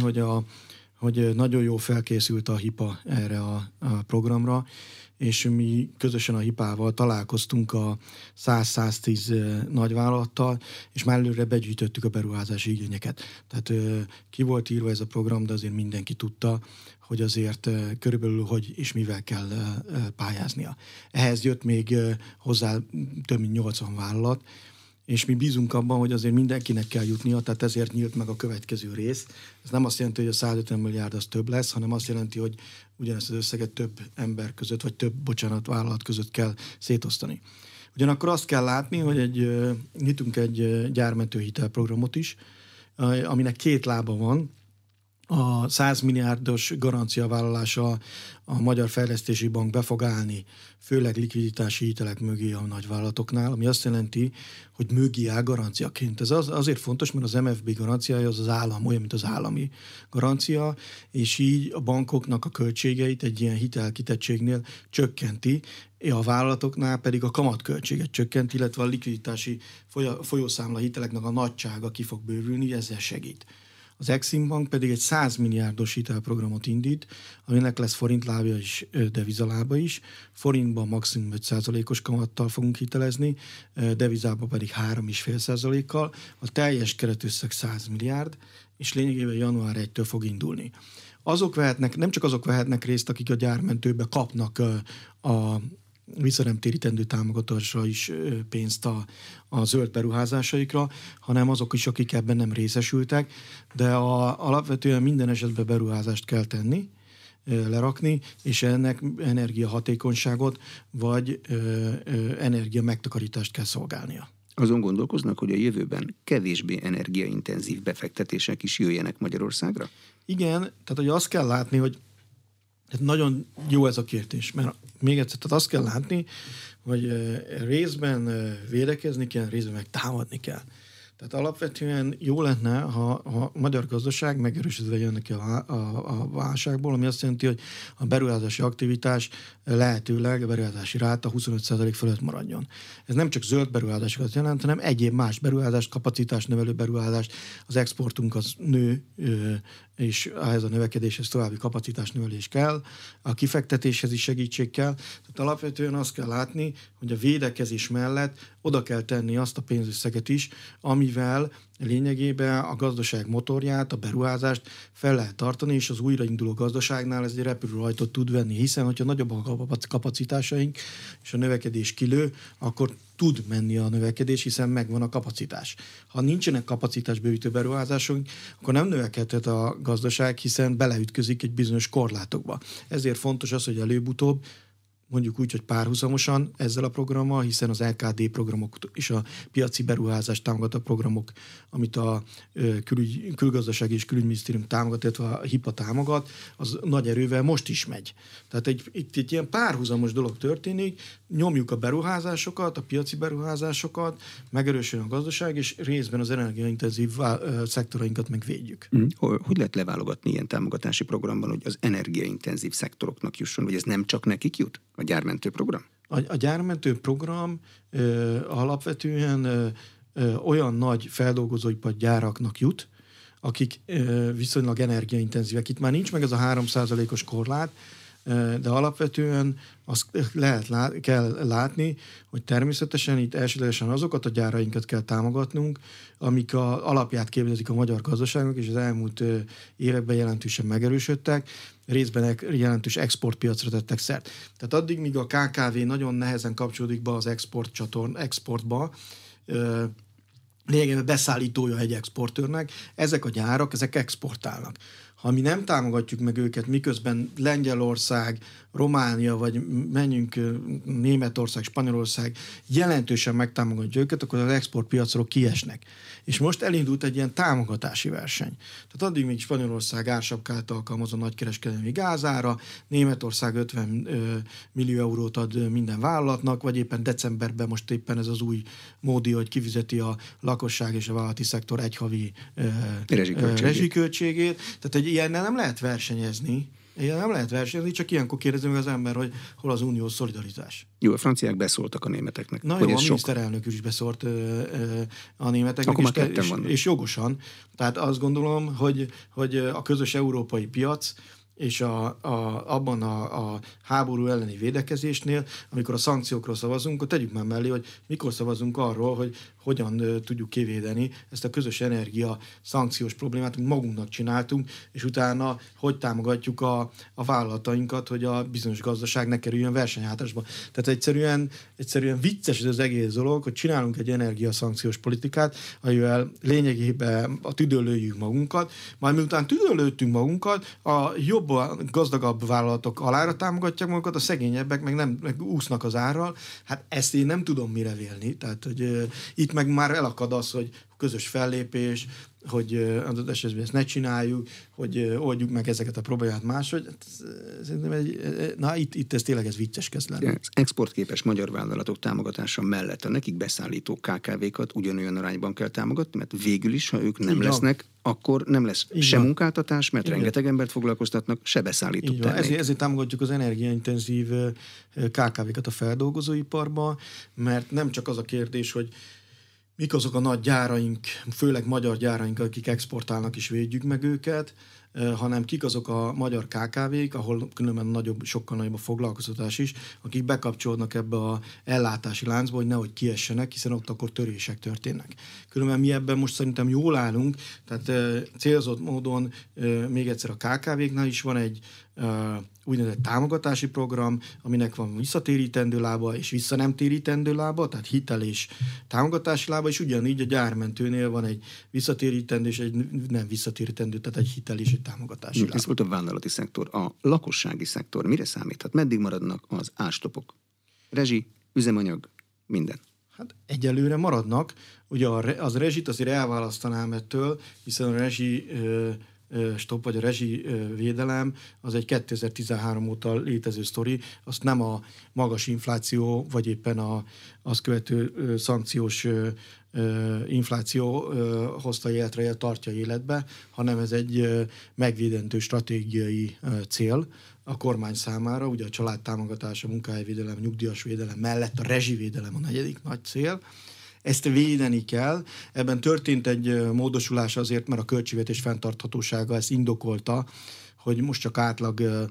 hogy nagyon jól felkészült a HIPA erre a programra, és mi közösen a HIPA-val találkoztunk a 100-110 nagyvállalattal, és már előre begyűjtöttük a beruházási igényeket. Tehát ki volt írva ez a program, de azért mindenki tudta, hogy azért körülbelül hogy és mivel kell pályáznia. Ehhez jött még hozzá több mint 80 vállalat, és mi bízunk abban, hogy azért mindenkinek kell jutnia, tehát ezért nyílt meg a következő rész. Ez nem azt jelenti, hogy a 150 milliárd az több lesz, hanem azt jelenti, hogy ugyanezt az összeget több ember között, vagy vállalat között kell szétosztani. Ugyanakkor azt kell látni, hogy nyitunk egy gyármentő hitelprogramot is, aminek két lába van. A 100 milliárdos garanciavállalása a Magyar Fejlesztési Bank be fog állni, főleg likviditási hitelek mögé a nagyvállalatoknál, ami azt jelenti, hogy mögé áll garanciaként. Ez azért fontos, mert az MFB garanciája az állam, olyan, mint az állami garancia, és így a bankoknak a költségeit egy ilyen hitelkitettségnél csökkenti, a vállalatoknál pedig a kamatköltséget csökkenti, illetve a likviditási folyószámla hiteleknek a nagysága ki fog bővülni, ezzel segít. Az Exim Bank pedig egy 100 milliárdos hitelprogramot indít, aminek lesz forintlábja és devizalába is. Forintban maximum 5%-os kamattal fogunk hitelezni, devizában pedig 3,5%-kal. A teljes keretösszeg 100 milliárd, és lényegében január 1-től fog indulni. Nem csak azok vehetnek részt, akik a gyármentőbe kapnak a visszanemtérítendő támogatásra is pénzt a zöld beruházásaikra, hanem azok is, akik ebben nem részesültek, de alapvetően minden esetben beruházást kell tenni, lerakni, és ennek energiahatékonyságot vagy energia megtakarítást kell szolgálnia. Azon gondolkoznak, hogy a jövőben kevésbé energiaintenzív befektetések is jöjjenek Magyarországra? Igen, tehát hogy azt kell látni, hogy nagyon jó ez a kérdés, mert még egyszer, tehát azt kell látni, hogy részben védekezni kell, részben meg támadni kell. Tehát alapvetően jó lenne, ha a magyar gazdaság megerősödve jönnek ki a válságból, ami azt jelenti, hogy a beruházási aktivitás lehetőleg a beruházási ráta 25% fölött maradjon. Ez nem csak zöld beruházásokat jelent, hanem egyéb más beruházást, kapacitásnövelő beruházást, az exportunk az nő, és ehhez a növekedéshez további kapacitásnövelés kell, a kifektetéshez is segítség kell. Tehát alapvetően azt kell látni, hogy a védekezés mellett oda kell tenni azt a pénzösszeget is, amivel lényegében a gazdaság motorját, a beruházást fel lehet tartani, és az újrainduló gazdaságnál ez egy repülőrajtot tud venni, hiszen hogyha nagyobb a kapacitásaink, és a növekedés kilő, akkor tud menni a növekedés, hiszen megvan a kapacitás. Ha nincsenek kapacitásbővítő beruházásunk, akkor nem növekedhet a gazdaság, hiszen beleütközik egy bizonyos korlátokba. Ezért fontos az, hogy előbb-utóbb, mondjuk úgy, hogy párhuzamosan ezzel a programmal, hiszen az LKD programok és a piaci beruházás támogató programok, amit a külgazdasági és külügyminisztérium támogat, illetve a HIPA támogat, az nagy erővel most is megy. Tehát itt egy ilyen párhuzamos dolog történik, nyomjuk a beruházásokat, a piaci beruházásokat, megerősödjön a gazdaság, és részben az energiaintenzív szektorainkat megvédjük. Hogy lehet leválogatni ilyen támogatási programban, hogy az energiaintenzív szektoroknak jusson, vagy ez nem csak nekik jut? A gyármentő program? A gyármentő program alapvetően olyan nagy feldolgozóipar gyáraknak jut, akik viszonylag energiaintenzívek. Itt már nincs meg ez a 3%-os korlát, de alapvetően azt kell látni, hogy természetesen itt elsődlegesen azokat a gyárainkat kell támogatnunk, amik alapját képezik a magyar gazdaságnak, és az elmúlt években jelentősen megerősödtek, részben jelentős exportpiacra tettek szert. Tehát addig, míg a KKV nagyon nehezen kapcsolódik be az exportba, lényegében beszállítója egy exportőrnek, ezek a gyárak, ezek exportálnak. Ha mi nem támogatjuk meg őket, miközben Lengyelország, Románia, vagy menjünk Németország, Spanyolország jelentősen megtámogatja őket, akkor az exportpiacról kiesnek. És most elindult egy ilyen támogatási verseny. Tehát addig még Spanyolország ársapkát alkalmaz a nagykereskedelmi gázára, Németország 50 millió eurót ad minden vállalatnak, vagy éppen decemberben most éppen ez az új módi, hogy kifizeti a lakosság és a vállalati szektor egy havi rezsiköltségét. Tehát egy ilyennel nem lehet versenyezni. Ilyen nem lehet versenyezni, csak ilyenkor kérdezi meg az ember, hogy hol az uniós szolidaritás. Jó, a franciák beszóltak a németeknek. Na jó, a miniszterelnök is beszólt a németeknek, és jogosan. Tehát azt gondolom, hogy a közös európai piac és abban a háború elleni védekezésnél, amikor a szankciókról szavazunk, akkor tegyük már mellé, hogy mikor szavazunk arról, hogy hogyan tudjuk kivédeni ezt a közös energia szankciós problémát, amit magunknak csináltunk, és utána hogy támogatjuk a vállalatainkat, hogy a bizonyos gazdaság ne kerüljön versenyhátrásba. Tehát egyszerűen vicces ez az egész dolog, hogy csinálunk egy energia szankciós politikát, amivel lényegében a tüdőn lőjük magunkat, majd miután tüdőn lőttünk magunkat, a jobb, gazdagabb vállalatok alára támogatják magukat, a szegényebbek meg úsznak az árral. Hát ezt én nem tudom mire vélni. Tehát, hogy itt meg már elakad az, hogy közös fellépés, hogy az esetben ezt ne csináljuk, hogy oldjuk meg ezeket a problémát máshogy. Itt ez tényleg vicces kezd lenni. Az exportképes magyar vállalatok támogatása mellett a nekik beszállító KKV-kat ugyanolyan arányban kell támogatni, mert végül is, ha ők nem lesznek, akkor nem lesz se munkáltatás, mert rengeteg embert foglalkoztatnak, se beszállító termék. Ezért támogatjuk az energiaintenzív KKV-kat a feldolgozóiparba, mert nem csak az a kérdés, hogy mik azok a nagy gyáraink, főleg magyar gyáraink, akik exportálnak és védjük meg őket, hanem kik azok a magyar KKV-k, ahol különben sokkal nagyobb a foglalkoztatás is, akik bekapcsolódnak ebbe a ellátási láncba, hogy nehogy kiessenek, hiszen ott akkor törések történnek. Különben mi ebben most szerintem jól állunk, tehát célzott módon még egyszer a KKV-knál is van egy úgynevezett támogatási program, aminek van visszatérítendő lába és vissza nem térítendő lába, tehát hitel és támogatási lába, és ugyanígy a gyármentőnél van egy visszatérítendő és egy nem visszatérítendő, tehát egy hitel és egy támogatási lába. Ez volt a vállalati szektor. A lakossági szektor mire számíthat? Meddig maradnak az ástopok? Rezsi, üzemanyag, minden. Hát egyelőre maradnak. Ugye az rezsit azért elválasztanám ettől, hiszen a rezsi stop, vagy a rezsi védelem, az egy 2013 óta létező sztori, azt nem a magas infláció, vagy éppen az követő szankciós infláció hozta életre, tartja életbe, hanem ez egy megvédendő stratégiai cél a kormány számára, ugye a családtámogatás, a munkahelyvédelem, a nyugdíjas védelem mellett a rezsivédelem a negyedik nagy cél. Ezt védeni kell. Ebben történt egy módosulás azért, mert a költségvetés fenntarthatósága ezt indokolta, hogy most csak átlag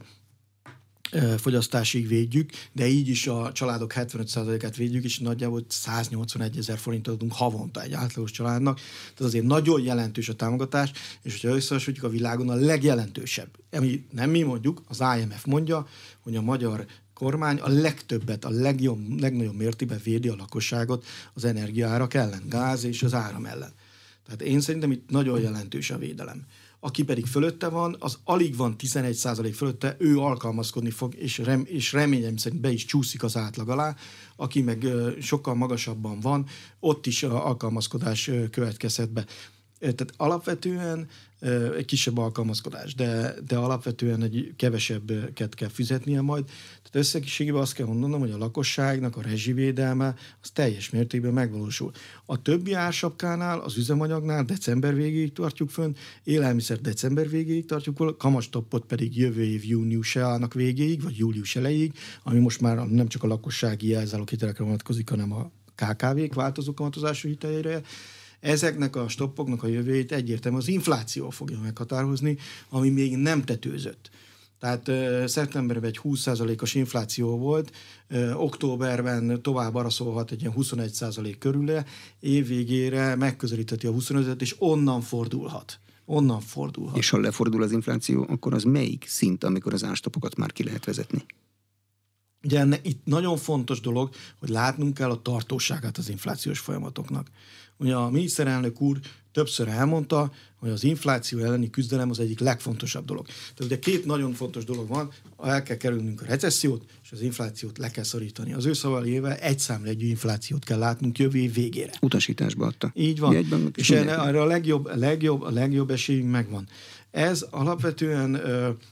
fogyasztásig védjük, de így is a családok 75%-át védjük, és nagyjából 181 000 forintot adunk havonta egy átlagos családnak. Tehát azért nagyon jelentős a támogatás, és hogyha összehasonlítjuk, a világon a legjelentősebb. Ami nem mi mondjuk, az IMF mondja, hogy a magyar kormány a legtöbbet, a legnagyobb mértékben védi a lakosságot az energiaárak ellen, gáz és az áram ellen. Tehát én szerintem itt nagyon jelentős a védelem. Aki pedig fölötte van, az alig van 11% fölötte, ő alkalmazkodni fog, és reményem szerint be is csúszik az átlag alá. Aki meg sokkal magasabban van, ott is alkalmazkodás következhet be. Tehát alapvetően egy kisebb alkalmazkodás, de alapvetően egy kevesebbet kell fizetnie majd. Tehát összegségében azt kell mondanom, hogy a lakosságnak a rezsivédelme az teljes mértékben megvalósul. A többi ársapkánál, az üzemanyagnál december végéig tartjuk fönn, élelmiszer december végéig tartjuk, kamastoppot pedig jövő év júniusának végéig, vagy július elejéig, ami most már nem csak a lakossági jelzáloghitelekre vonatkozik, hanem a KKV-k változó kamatozású hitelére. Ezeknek a stoppoknak a jövőjét egyértelműen az infláció fogja meghatározni, ami még nem tetőzött. Tehát szeptemberben egy 20%-os infláció volt, októberben tovább arra szólhat egy ilyen 21% körül, év végére megközelítheti a 25-et, és onnan fordulhat. És ha lefordul az infláció, akkor az melyik szint, amikor az ástopokat már ki lehet vezetni? Ugye itt nagyon fontos dolog, hogy látnunk kell a tartóságát az inflációs folyamatoknak. Ugye a miniszterelnök úr többször elmondta, hogy az infláció elleni küzdelem az egyik legfontosabb dolog. Tehát ugye két nagyon fontos dolog van, el kell kerülnünk a recessziót, és az inflációt le kell szorítani. Az ő szavalével egy számjegyű inflációt kell látnunk jövő év végére. Utasításba adta. Így van. Jegyben, és erre a legjobb esélyünk megvan. Ez alapvetően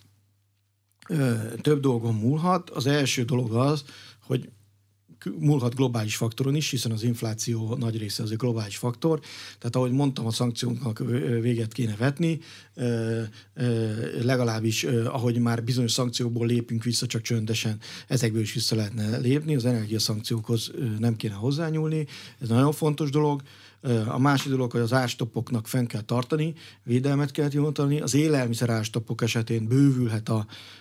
több dolgon múlhat. Az első dolog az, hogy múlhat globális faktoron is, hiszen az infláció nagy része az egy globális faktor. Tehát ahogy mondtam, a szankcióknak véget kéne vetni, legalábbis ahogy már bizonyos szankciókból lépünk vissza, csak csöndesen ezekből is vissza lehetne lépni, az energiaszankciókhoz nem kéne hozzányúlni, ez nagyon fontos dolog. A másik dolog, hogy az árstoppoknak fenn kell tartani, védelmet kell nyújtani. Az élelmiszer árstoppok esetén bővülhet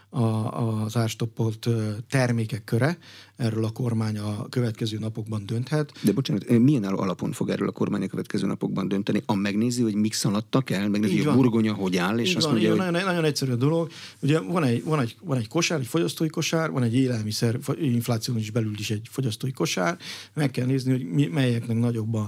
az árstoppolt termékek köre. Erről a kormány a következő napokban dönthet. De bocsánat, milyen alapon fog erről a kormány a következő napokban dönteni? Megnézi, hogy mik szaladtak el, megnézi, hogy a burgonya hogy áll, és azt mondja, hogy... Nagyon egyszerű a dolog. Ugye van egy kosár, egy fogyasztói kosár, van egy élelmiszer infláción is belül is egy fogyasztói kosár. Meg kell nézni, hogy melyeknek nagyobb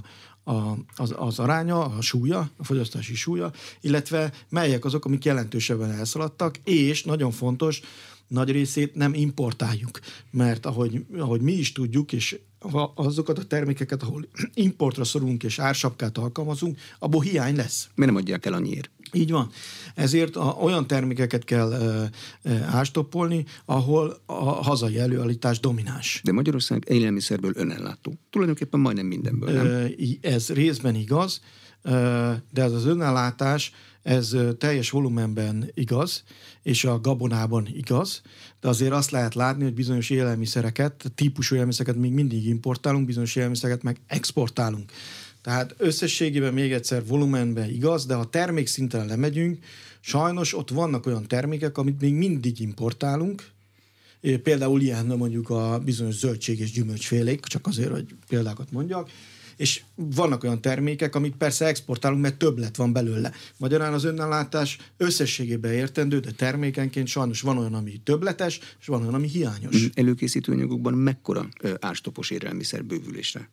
az aránya, a súlya, a fogyasztási súlya, illetve melyek azok, amik jelentősebben elszaladtak, és nagyon fontos, nagy részét nem importáljuk, mert ahogy mi is tudjuk, és azokat a termékeket, ahol importra szorulunk és ársapkát alkalmazunk, abból hiány lesz. Miért nem adják el annyiért? Így van. Ezért olyan termékeket kell árstoppolni, ahol a hazai előállítás domináns. De Magyarország élelmiszerből önellátó. Tulajdonképpen majdnem mindenből, nem? Ez részben igaz, de ez az önellátás, ez teljes volumenben igaz, és a gabonában igaz, de azért azt lehet látni, hogy bizonyos élelmiszereket, típusú élelmiszereket még mindig importálunk, bizonyos élelmiszereket meg exportálunk. Tehát összességében még egyszer volumenben igaz, de ha termékszinten lemegyünk, sajnos ott vannak olyan termékek, amit még mindig importálunk, például ilyen mondjuk a bizonyos zöldség és gyümölcsfélék, csak azért, hogy példákat mondjak, és vannak olyan termékek, amit persze exportálunk, mert többlet van belőle. Magyarán az önellátás összességében értendő, de termékenként sajnos van olyan, ami többletes, és van olyan, ami hiányos. Előkészítő anyagokban mekkora árstoppos élelmiszer bővülésre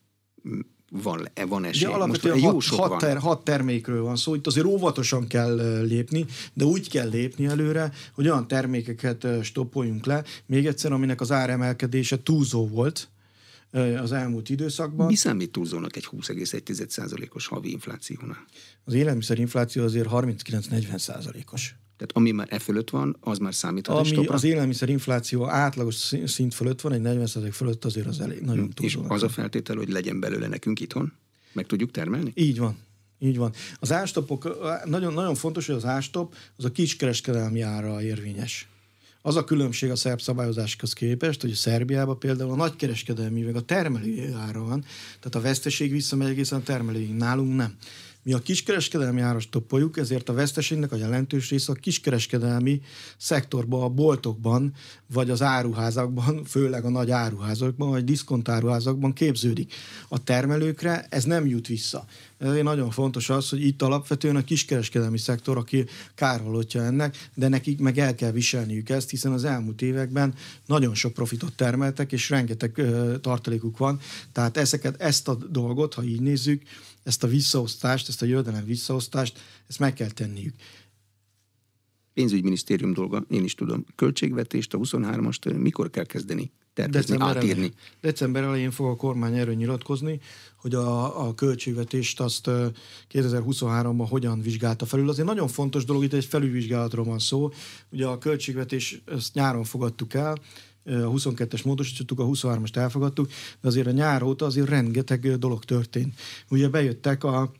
van esély? Alapvetően 6 termékről van szó, itt azért óvatosan kell lépni, de úgy kell lépni előre, hogy olyan termékeket stoppoljunk le, még egyszer, aminek az áremelkedése túlzó volt az elmúlt időszakban. Mi számít túlzónak egy 20,1%-os havi inflációnál? Az élelmiszerinfláció azért 39-40%-os. Tehát ami már fölött van, az már számíthat egy stopra? Az élelmiszerinfláció átlagos szint fölött van, egy 40% fölött azért az elég nagyon túlzó. És az a feltétel, hogy legyen belőle nekünk itthon? Meg tudjuk termelni? Így van. Így van. Az árstoppok, nagyon, nagyon fontos, hogy az árstopp az a kiskereskedelmi ára érvényes. Az a különbség a szerb szabályozáshoz képest, hogy a Szerbiában például a nagykereskedelmi, meg a termelői ára van, tehát a veszteség visszamegy egészen a termelőig, nálunk nem. Mi a kiskereskedelmi árat stoppoljuk, ezért a veszteségnek a jelentős része a kiskereskedelmi szektorban, a boltokban, vagy az áruházakban, főleg a nagy áruházakban, vagy diszkontáruházakban képződik. A termelőkre ez nem jut vissza. Ezért nagyon fontos az, hogy itt alapvetően a kiskereskedelmi szektor, aki kárvalótja ennek, de nekik meg el kell viselniük ezt, hiszen az elmúlt években nagyon sok profitot termeltek, és rengeteg tartalékuk van. Tehát ezt a dolgot, ha így nézzük, ezt a visszaosztást, ezt a jövedelem visszaosztást, ezt meg kell tenniük. Pénzügyminisztérium dolga, én is tudom. Költségvetést, a 23-ast mikor kell kezdeni tervezni, átírni? December elején fog a kormány erről nyilatkozni, hogy a költségvetést azt 2023-ban hogyan vizsgálta felül. Azért nagyon fontos dolog, itt egy felülvizsgálatról van szó. Ugye a költségvetés, ezt nyáron fogadtuk el, a 22-es módosítottuk, a 23-ast elfogadtuk, de azért a nyár óta azért rengeteg dolog történt. Ugye bejöttek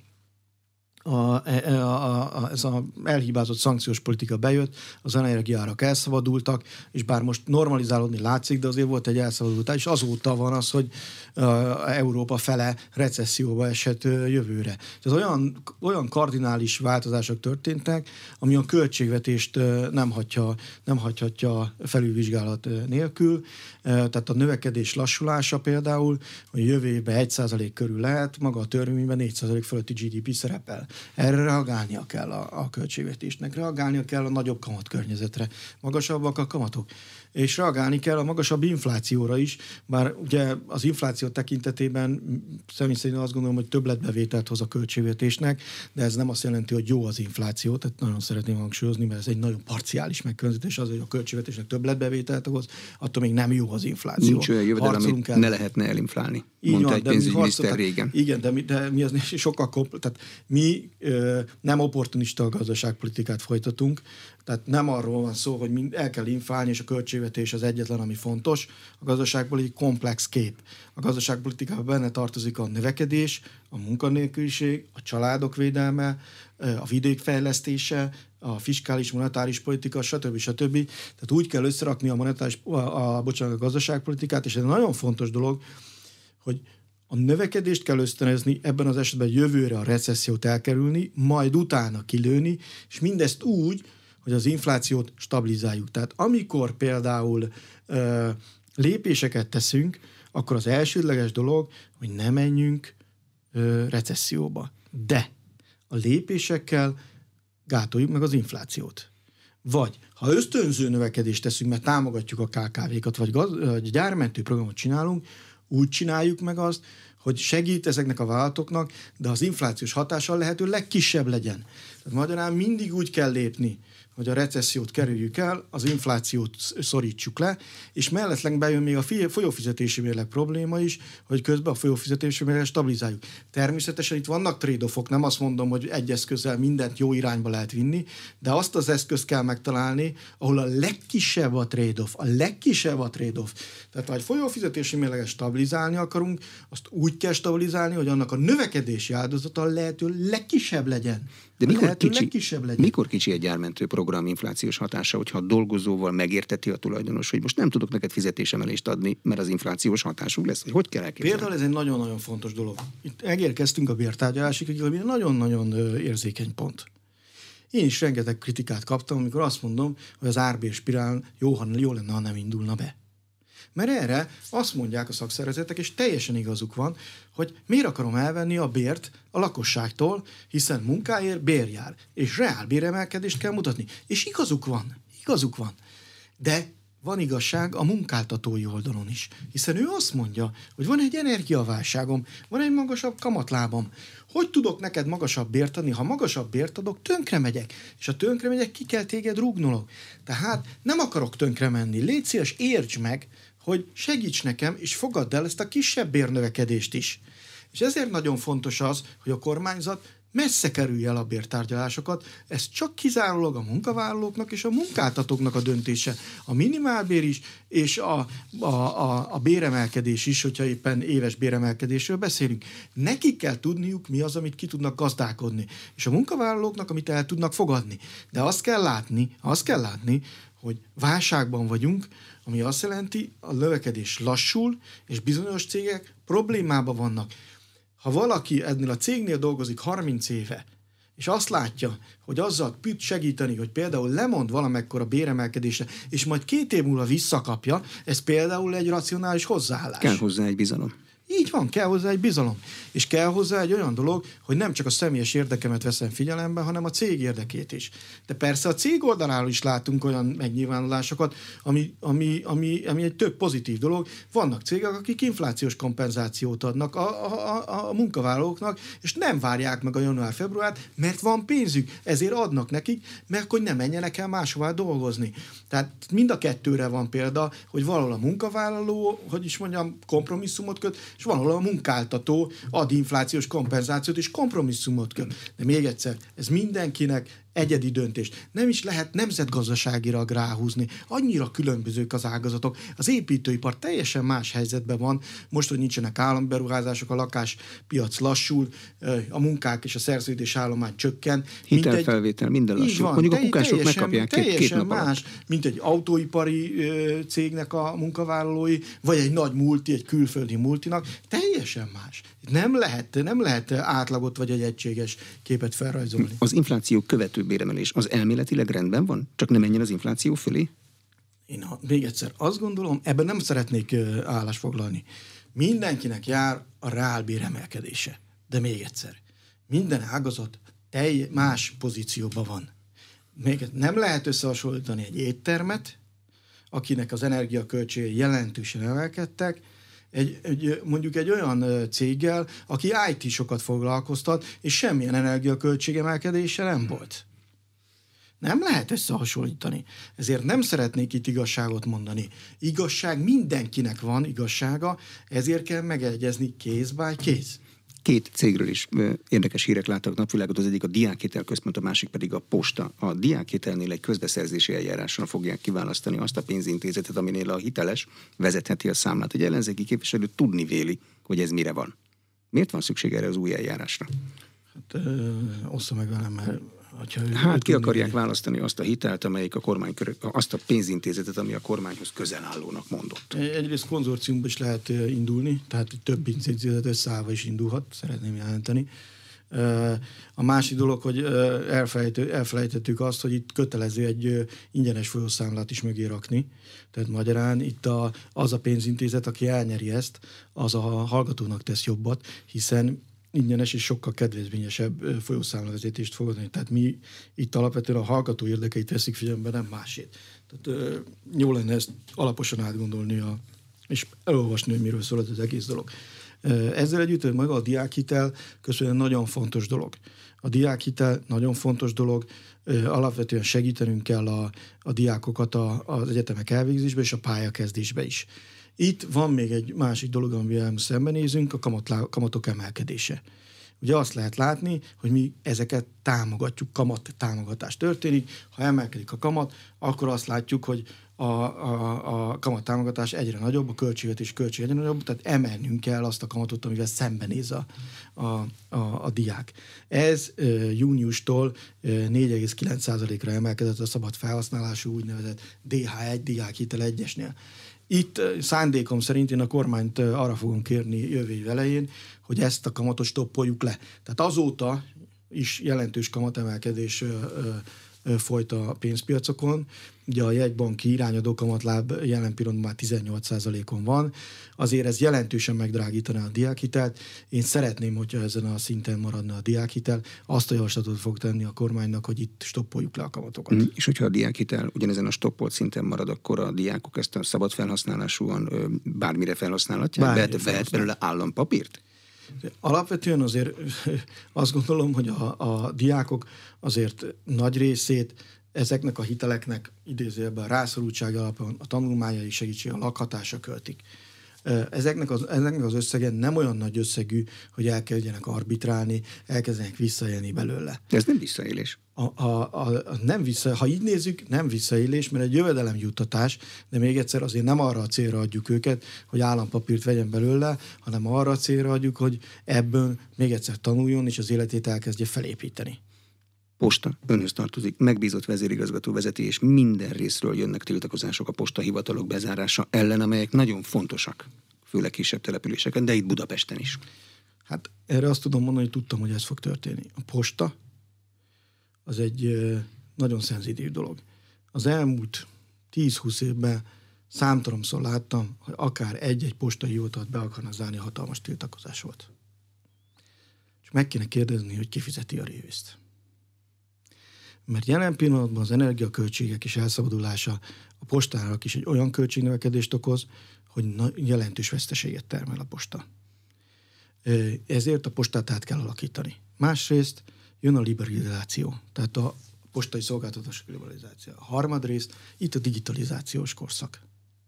ez az elhibázott szankciós politika bejött, az energiaárak elszabadultak, és bár most normalizálódni látszik, de azért volt egy elszabadultás, és azóta van az, hogy Európa fele recesszióba esett jövőre. Tehát olyan kardinális változások történtek, ami a költségvetést nem hagyhatja felülvizsgálat nélkül. Tehát a növekedés lassulása például, hogy jövő évben 1% körül lehet, maga a törvényben 4% fölötti GDP szerepel. Erre reagálnia kell a költségvetésnek, reagálnia kell a nagyobb kamatkörnyezetre, magasabbak a kamatok. És reagálni kell a magasabb inflációra is, bár ugye az infláció tekintetében személy szerint azt gondolom, hogy többletbevételt hoz a költségvetésnek, de ez nem azt jelenti, hogy jó az infláció, tehát nagyon szeretném hangsúlyozni, mert ez egy nagyon parciális megközelítés, az, hogy a költségvetésnek többletbevételt hoz, attól még nem jó az infláció. Nincs olyan jövedelem, amit ne lehetne elinflálni, mondta egy pénzügyminiszter régen. Igen, de mi az sokkal tehát mi nem opportunista gazdaságpolitikát folytatunk, tehát nem arról van szó, hogy el kell inflálni, és a költségvetés az egyetlen, ami fontos. A gazdaságpolitika komplex kép. A gazdaságpolitikában benne tartozik a növekedés, a munkanélküliség, a családok védelme, a vidékfejlesztése, a fiskális, monetáris politika, stb. Tehát úgy kell összerakni a gazdaságpolitikát, és ez egy nagyon fontos dolog, hogy a növekedést kell ösztönözni, ebben az esetben jövőre a recessziót elkerülni, majd utána kilőni, és mindezt úgy, hogy az inflációt stabilizáljuk. Tehát amikor például lépéseket teszünk, akkor az elsődleges dolog, hogy ne menjünk recesszióba. De a lépésekkel gátoljuk meg az inflációt. Vagy ha ösztönző növekedést teszünk, mert támogatjuk a KKV-kat, vagy gyármentő programot csinálunk, úgy csináljuk meg azt, hogy segít ezeknek a vállalatoknak, de az inflációs hatása a lehető legkisebb legyen. Tehát magyarán mindig úgy kell lépni, hogy a recessziót kerüljük el, az inflációt szorítsuk le, és mellettleg bejön még a folyófizetési mérleg probléma is, hogy közben a folyófizetési mérleget stabilizáljuk. Természetesen itt vannak trade-offok, nem azt mondom, hogy egy eszközzel mindent jó irányba lehet vinni, de azt az eszközt kell megtalálni, ahol a legkisebb a trade-off. Tehát ha egy folyófizetési mérleget stabilizálni akarunk, azt úgy kell stabilizálni, hogy annak a növekedési áldozata a lehető legkisebb legyen. De mikor kicsi egy gyármentő program inflációs hatása, hogyha a dolgozóval megérteti a tulajdonos, hogy most nem tudok neked fizetésemelést adni, mert az inflációs hatású lesz? Hogy kell elképzelni? Például ez egy nagyon-nagyon fontos dolog. Itt megérkeztünk a bértárgyalásig, ami nagyon-nagyon érzékeny pont. Én is rengeteg kritikát kaptam, amikor azt mondom, hogy az árbérspirál jó lenne, ha nem indulna be. Mert erre azt mondják a szakszervezetek, és teljesen igazuk van, hogy miért akarom elvenni a bért a lakosságtól, hiszen munkáért bér jár, és reál béremelkedést kell mutatni. És igazuk van. De van igazság a munkáltatói oldalon is, hiszen ő azt mondja, hogy van egy energiaválságom, van egy magasabb kamatlábam. Hogy tudok neked magasabb bért adni? Ha magasabb bért adok, tönkre megyek. És ha tönkre megyek, ki kell téged rúgnolog. Tehát nem akarok tönkre menni. Légy szíves, értsd meg, hogy segíts nekem, és fogadd el ezt a kisebb bérnövekedést is. És ezért nagyon fontos az, hogy a kormányzat messze kerülje el a bértárgyalásokat, ez csak kizárólag a munkavállalóknak és a munkáltatóknak a döntése. A minimálbér is, és a béremelkedés is, hogyha éppen éves béremelkedésről beszélünk. Nekik kell tudniuk, mi az, amit ki tudnak gazdálkodni, és a munkavállalóknak, amit el tudnak fogadni. De azt kell látni, hogy válságban vagyunk, ami azt jelenti, a növekedés lassul, és bizonyos cégek problémában vannak. Ha valaki ennél a cégnél dolgozik 30 éve, és azt látja, hogy azzal tud segíteni, hogy például lemond valamekkora béremelkedésre, és majd 2 év múlva visszakapja, ez például egy racionális hozzáállás. Kell hozzá egy bizalom. Így van, kell hozzá egy bizalom. És kell hozzá egy olyan dolog, hogy nem csak a személyes érdekemet veszem figyelembe, hanem a cég érdekét is. De persze a cég oldaláról is látunk olyan megnyilvánulásokat, ami egy tök pozitív dolog. Vannak cégek, akik inflációs kompenzációt adnak a munkavállalóknak, és nem várják meg a január-februárt, mert van pénzük, ezért adnak nekik, mert hogy ne menjenek el máshová dolgozni. Tehát mind a kettőre van példa, hogy valahol a munkavállaló, kompromisszumot köt, és valahol a munkáltató ad inflációs kompenzációt és kompromisszumot köt. De még egyszer, ez mindenkinek egyedi döntés. Nem is lehet nemzetgazdaságilag ráhúzni. Annyira különbözők az ágazatok. Az építőipar teljesen más helyzetben van. Most, hogy nincsenek állami beruházások, a lakáspiac lassul, a munkák és a szerződés állomány csökken. Hitelfelvétel, minden lassul. Mondjuk a kukások megkapják két nap alatt. Más, mint egy autóipari cégnek a munkavállalói, vagy egy nagy multi, egy külföldi multinak. Teljesen más. Nem lehet átlagot vagy egy egységes képet felrajzolni. Az infláció követő béremelés az elméletileg rendben van? Csak ne menjen az infláció fölé? Én még egyszer azt gondolom, ebben nem szeretnék állást foglalni. Mindenkinek jár a reálbér emelkedése. De még egyszer, minden ágazat más pozícióban van. Még nem lehet összehasonlítani egy éttermet, akinek az energiaköltségei jelentősen emelkedtek, mondjuk egy olyan céggel, aki IT-sokat foglalkoztat, és semmilyen energiaköltség emelkedése nem volt. Nem lehet összehasonlítani. Ezért nem szeretnék itt igazságot mondani. Igazság, mindenkinek van igazsága, ezért kell megegyezni case by case. Két cégről is érdekes hírek láttak napvilágot, az egyik a Diákhitel Központ, a másik pedig a Posta. A Diákhitelnél egy közbeszerzési eljáráson fogják kiválasztani azt a pénzintézetet, aminél a hiteles vezetheti a számlát. Egy ellenzéki képviselő tudni véli, hogy ez mire van. Miért van szükség erre az új eljárásra? Hát ossza meg velem, mert ki akarják választani azt a hitelt, amelyik a kormány azt a pénzintézetet, ami a kormányhoz közel állónak mondott. Egyrészt konzorciumban is lehet indulni, tehát több pénzintézet összeállva is indulhat, szeretném jelenteni. A másik dolog, hogy elfelejtettük azt, hogy itt kötelező egy ingyenes folyószámlát is mögé rakni. Tehát magyarán itt az a pénzintézet, aki elnyeri ezt, az a hallgatónak tesz jobbat, hiszen ingyenes és sokkal kedvezményesebb folyószámlavezetést fog adni. Tehát mi itt alapvetően a hallgató érdekeit veszik figyelembe, nem másét. Tehát jó lenne ezt alaposan átgondolni és elolvasni, hogy miről szól az egész dolog. Ezzel együtt maga a diákhitel köszönően nagyon fontos dolog. A diákhitel nagyon fontos dolog, alapvetően segítenünk kell a diákokat az egyetemek elvégzésbe és a pályakezdésbe is. Itt van még egy másik dolog, amivel szembenézünk, a kamatok emelkedése. Ugye azt lehet látni, hogy mi ezeket támogatjuk, kamat támogatás történik. Ha emelkedik a kamat, akkor azt látjuk, hogy a kamat támogatás egyre nagyobb, a költségvetés egyre nagyobb, tehát emelnünk kell azt a kamatot, amivel szembenéz a diák. Ez júniustól 4,9%-ra emelkedett a szabad felhasználású úgynevezett DH1, diákhitel 1-esnél. Itt szándékom szerint én a kormányt arra fogom kérni jövő év elején, hogy ezt a kamatot stoppoljuk le. Tehát azóta is jelentős kamatemelkedés folyt a pénzpiacokon. Ugye a jegybanki irányadó kamatláb jelen pillanatban már 18%-on van. Azért ez jelentősen megdrágítaná a diákhitelt. Én szeretném, hogyha ezen a szinten maradna a diákhitel. Azt a javaslatot fog tenni a kormánynak, hogy itt stoppoljuk le a kamatokat. És hogyha a diákhitel ugyanezen a stoppolt szinten marad, akkor a diákok ezt a szabad felhasználásúan bármire felhasználhatják? Vehet belőle állampapírt? Alapvetően azért azt gondolom, hogy a diákok azért nagy részét ezeknek a hiteleknek idézőjelben a rászorultság alapon, a tanulmányai segítségével, a lakhatásra költik. Ezeknek az összegen nem olyan nagy összegű, hogy elkezdjenek arbitrálni, elkezdenek visszaélni belőle. De ez nem visszaélés. Ha így nézzük, nem visszaélés, mert egy jövedelemjuttatás, de még egyszer azért nem arra a célra adjuk őket, hogy állampapírt vegyen belőle, hanem arra a célra adjuk, hogy ebből még egyszer tanuljon, és az életét elkezdje felépíteni. Posta önhöz tartozik, megbízott vezérigazgató vezeti, és minden részről jönnek tiltakozások a postahivatalok bezárása ellen, amelyek nagyon fontosak, főleg kisebb településeken, de itt Budapesten is. Hát erre azt tudom mondani, hogy tudtam, hogy ez fog történni. A posta az egy nagyon szenzitív dolog. Az elmúlt 10-20 évben számtalanszor láttam, hogy akár egy-egy postai hivatalt be akarnak zárni, hatalmas tiltakozás volt. És meg kéne kérdezni, hogy ki fizeti a révészt. Mert jelen pillanatban az energiaköltségek és elszabadulása a postának is egy olyan költségnövekedést okoz, hogy jelentős veszteséget termel a posta. Ezért a postát át kell alakítani. Másrészt jön a liberalizáció, tehát a postai szolgáltatások liberalizáció. A harmadrészt itt a digitalizációs korszak,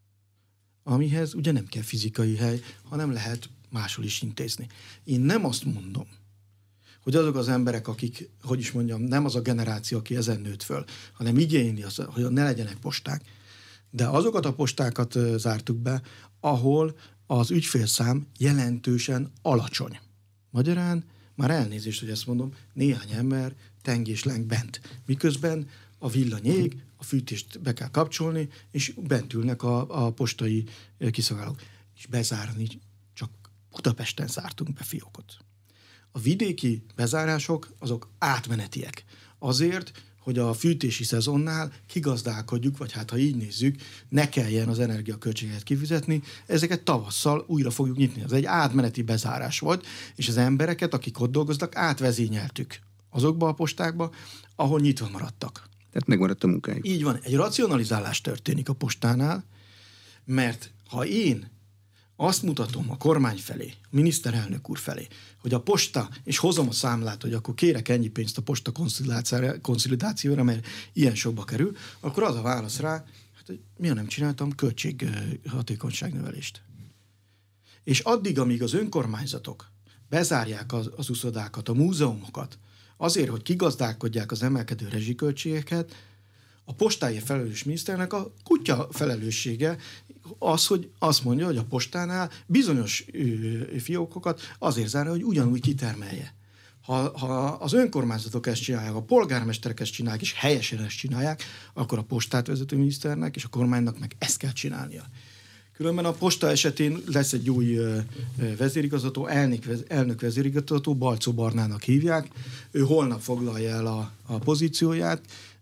amihez ugye nem kell fizikai hely, hanem lehet máshol is intézni. Én nem azt mondom, hogy azok az emberek, akik, nem az a generáció, aki ezen nőtt föl, hanem igényli, hogy ne legyenek posták. De azokat a postákat zártuk be, ahol az ügyfélszám jelentősen alacsony. Magyarán, már elnézést, hogy ezt mondom, néhány ember tengés-leng bent. Miközben a villany ég, a fűtést be kell kapcsolni, és bent ülnek a postai kiszolgálók. És bezárni, csak Budapesten zártunk be fiókot. A vidéki bezárások azok átmenetiek. Azért, hogy a fűtési szezonnál kigazdálkodjuk, vagy hát ha így nézzük, ne kelljen az energiaköltséget kifizetni, ezeket tavasszal újra fogjuk nyitni. Ez egy átmeneti bezárás volt, és az embereket, akik ott dolgoztak, átvezényeltük azokba a postákba, ahol nyitva maradtak. Tehát megmaradt a munkájuk. Így van, egy racionalizálás történik a postánál, mert ha én azt mutatom a kormány felé, a miniszterelnök úr felé, hogy a posta, és hozom a számlát, hogy akkor kérek ennyi pénzt a posta konszolidációra, mert ilyen sokba kerül, akkor az a válasz rá, hát, hogy miért nem csináltam költséghatékonyságnövelést. És addig, amíg az önkormányzatok bezárják az uszodákat, a múzeumokat, azért, hogy kigazdálkodják az emelkedő rezsiköltségeket, a postáért felelős miniszternek a kutya felelőssége az, hogy azt mondja, hogy a postánál bizonyos fiókokat azért zárja, hogy ugyanúgy kitermelje. Ha az önkormányzatok ezt csinálják, a polgármesterek ezt csinálják, és helyesen ezt csinálják, akkor a postát vezető miniszternek és a kormánynak meg ezt kell csinálnia. Különben a posta esetén lesz egy új vezérigazgató, elnök vezérigazgató, Balczó Barnának hívják. Ő holnap foglalja el a pozícióját,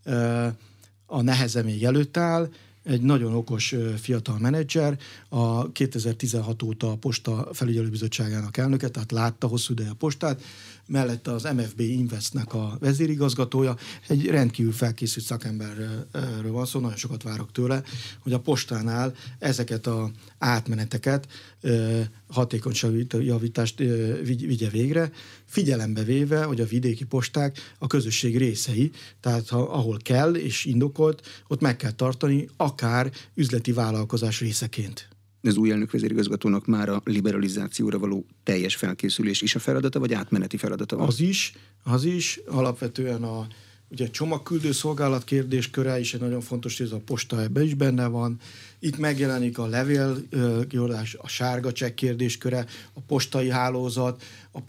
a neheze még előtt áll, egy nagyon okos fiatal menedzser, a 2016 óta a Posta Felügyelőbizottságának elnöke, tehát látta hosszú ideje a postát, mellette az MFB Investnek a vezérigazgatója, egy rendkívül felkészült szakemberről van szó, nagyon sokat várok tőle, hogy a postánál ezeket az átmeneteket, hatékonyságjavítást vigye végre, figyelembe véve, hogy a vidéki posták a közösség részei, tehát ahol kell és indokolt, ott meg kell tartani, akár üzleti vállalkozás részeként. Az új elnök vezérigazgatónak már a liberalizációra való teljes felkészülés is a feladata, vagy átmeneti feladata van? Az is. Alapvetően ugye csomagküldő szolgálat kérdésköre is egy nagyon fontos, hogy ez a posta ebben is benne van. Itt megjelenik a levélkiadás, a sárga csekk kérdésköre, a postai hálózat,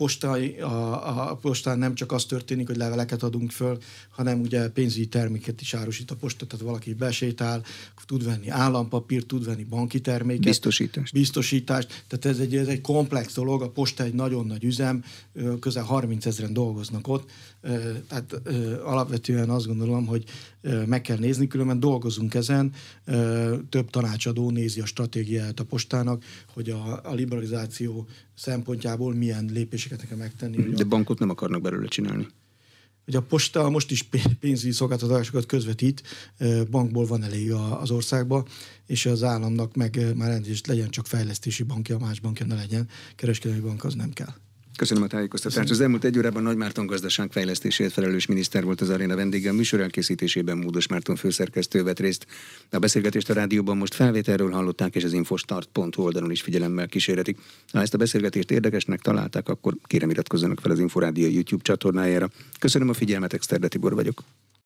a postán nem csak az történik, hogy leveleket adunk föl, hanem ugye pénzügyi terméket is árusít a posta, tehát valaki besétál, tud venni állampapírt, tud venni banki terméket. Biztosítást. Tehát ez egy komplex dolog, a posta egy nagyon nagy üzem, közel 30 000-en dolgoznak ott, tehát alapvetően azt gondolom, hogy meg kell nézni, különben dolgozunk ezen, több tanácsadó nézi a stratégiáját a postának, hogy a liberalizáció szempontjából milyen lépéseket kell megtenni. De bankot nem akarnak belőle csinálni. Ugye a posta most is pénzügyi szolgáltatásokat közvetít, bankból van elég az országban, és az államnak meg már elnézést legyen csak fejlesztési bankja, más bankja ne legyen, kereskedelmi bank az nem kell. Köszönöm a tájékoztatást. Az elmúlt egy órában Nagy Márton gazdaságfejlesztésért felelős miniszter volt az aréna vendége. A műsor elkészítésében Módos Márton főszerkesztő vett részt. A beszélgetést a rádióban most felvételről hallották, és az infostart.hu oldalon is figyelemmel kísérhetik. Ha ezt a beszélgetést érdekesnek találták, akkor kérem iratkozzanak fel az Inforádió YouTube csatornájára. Köszönöm a figyelmet, Exterde Tibor vagyok.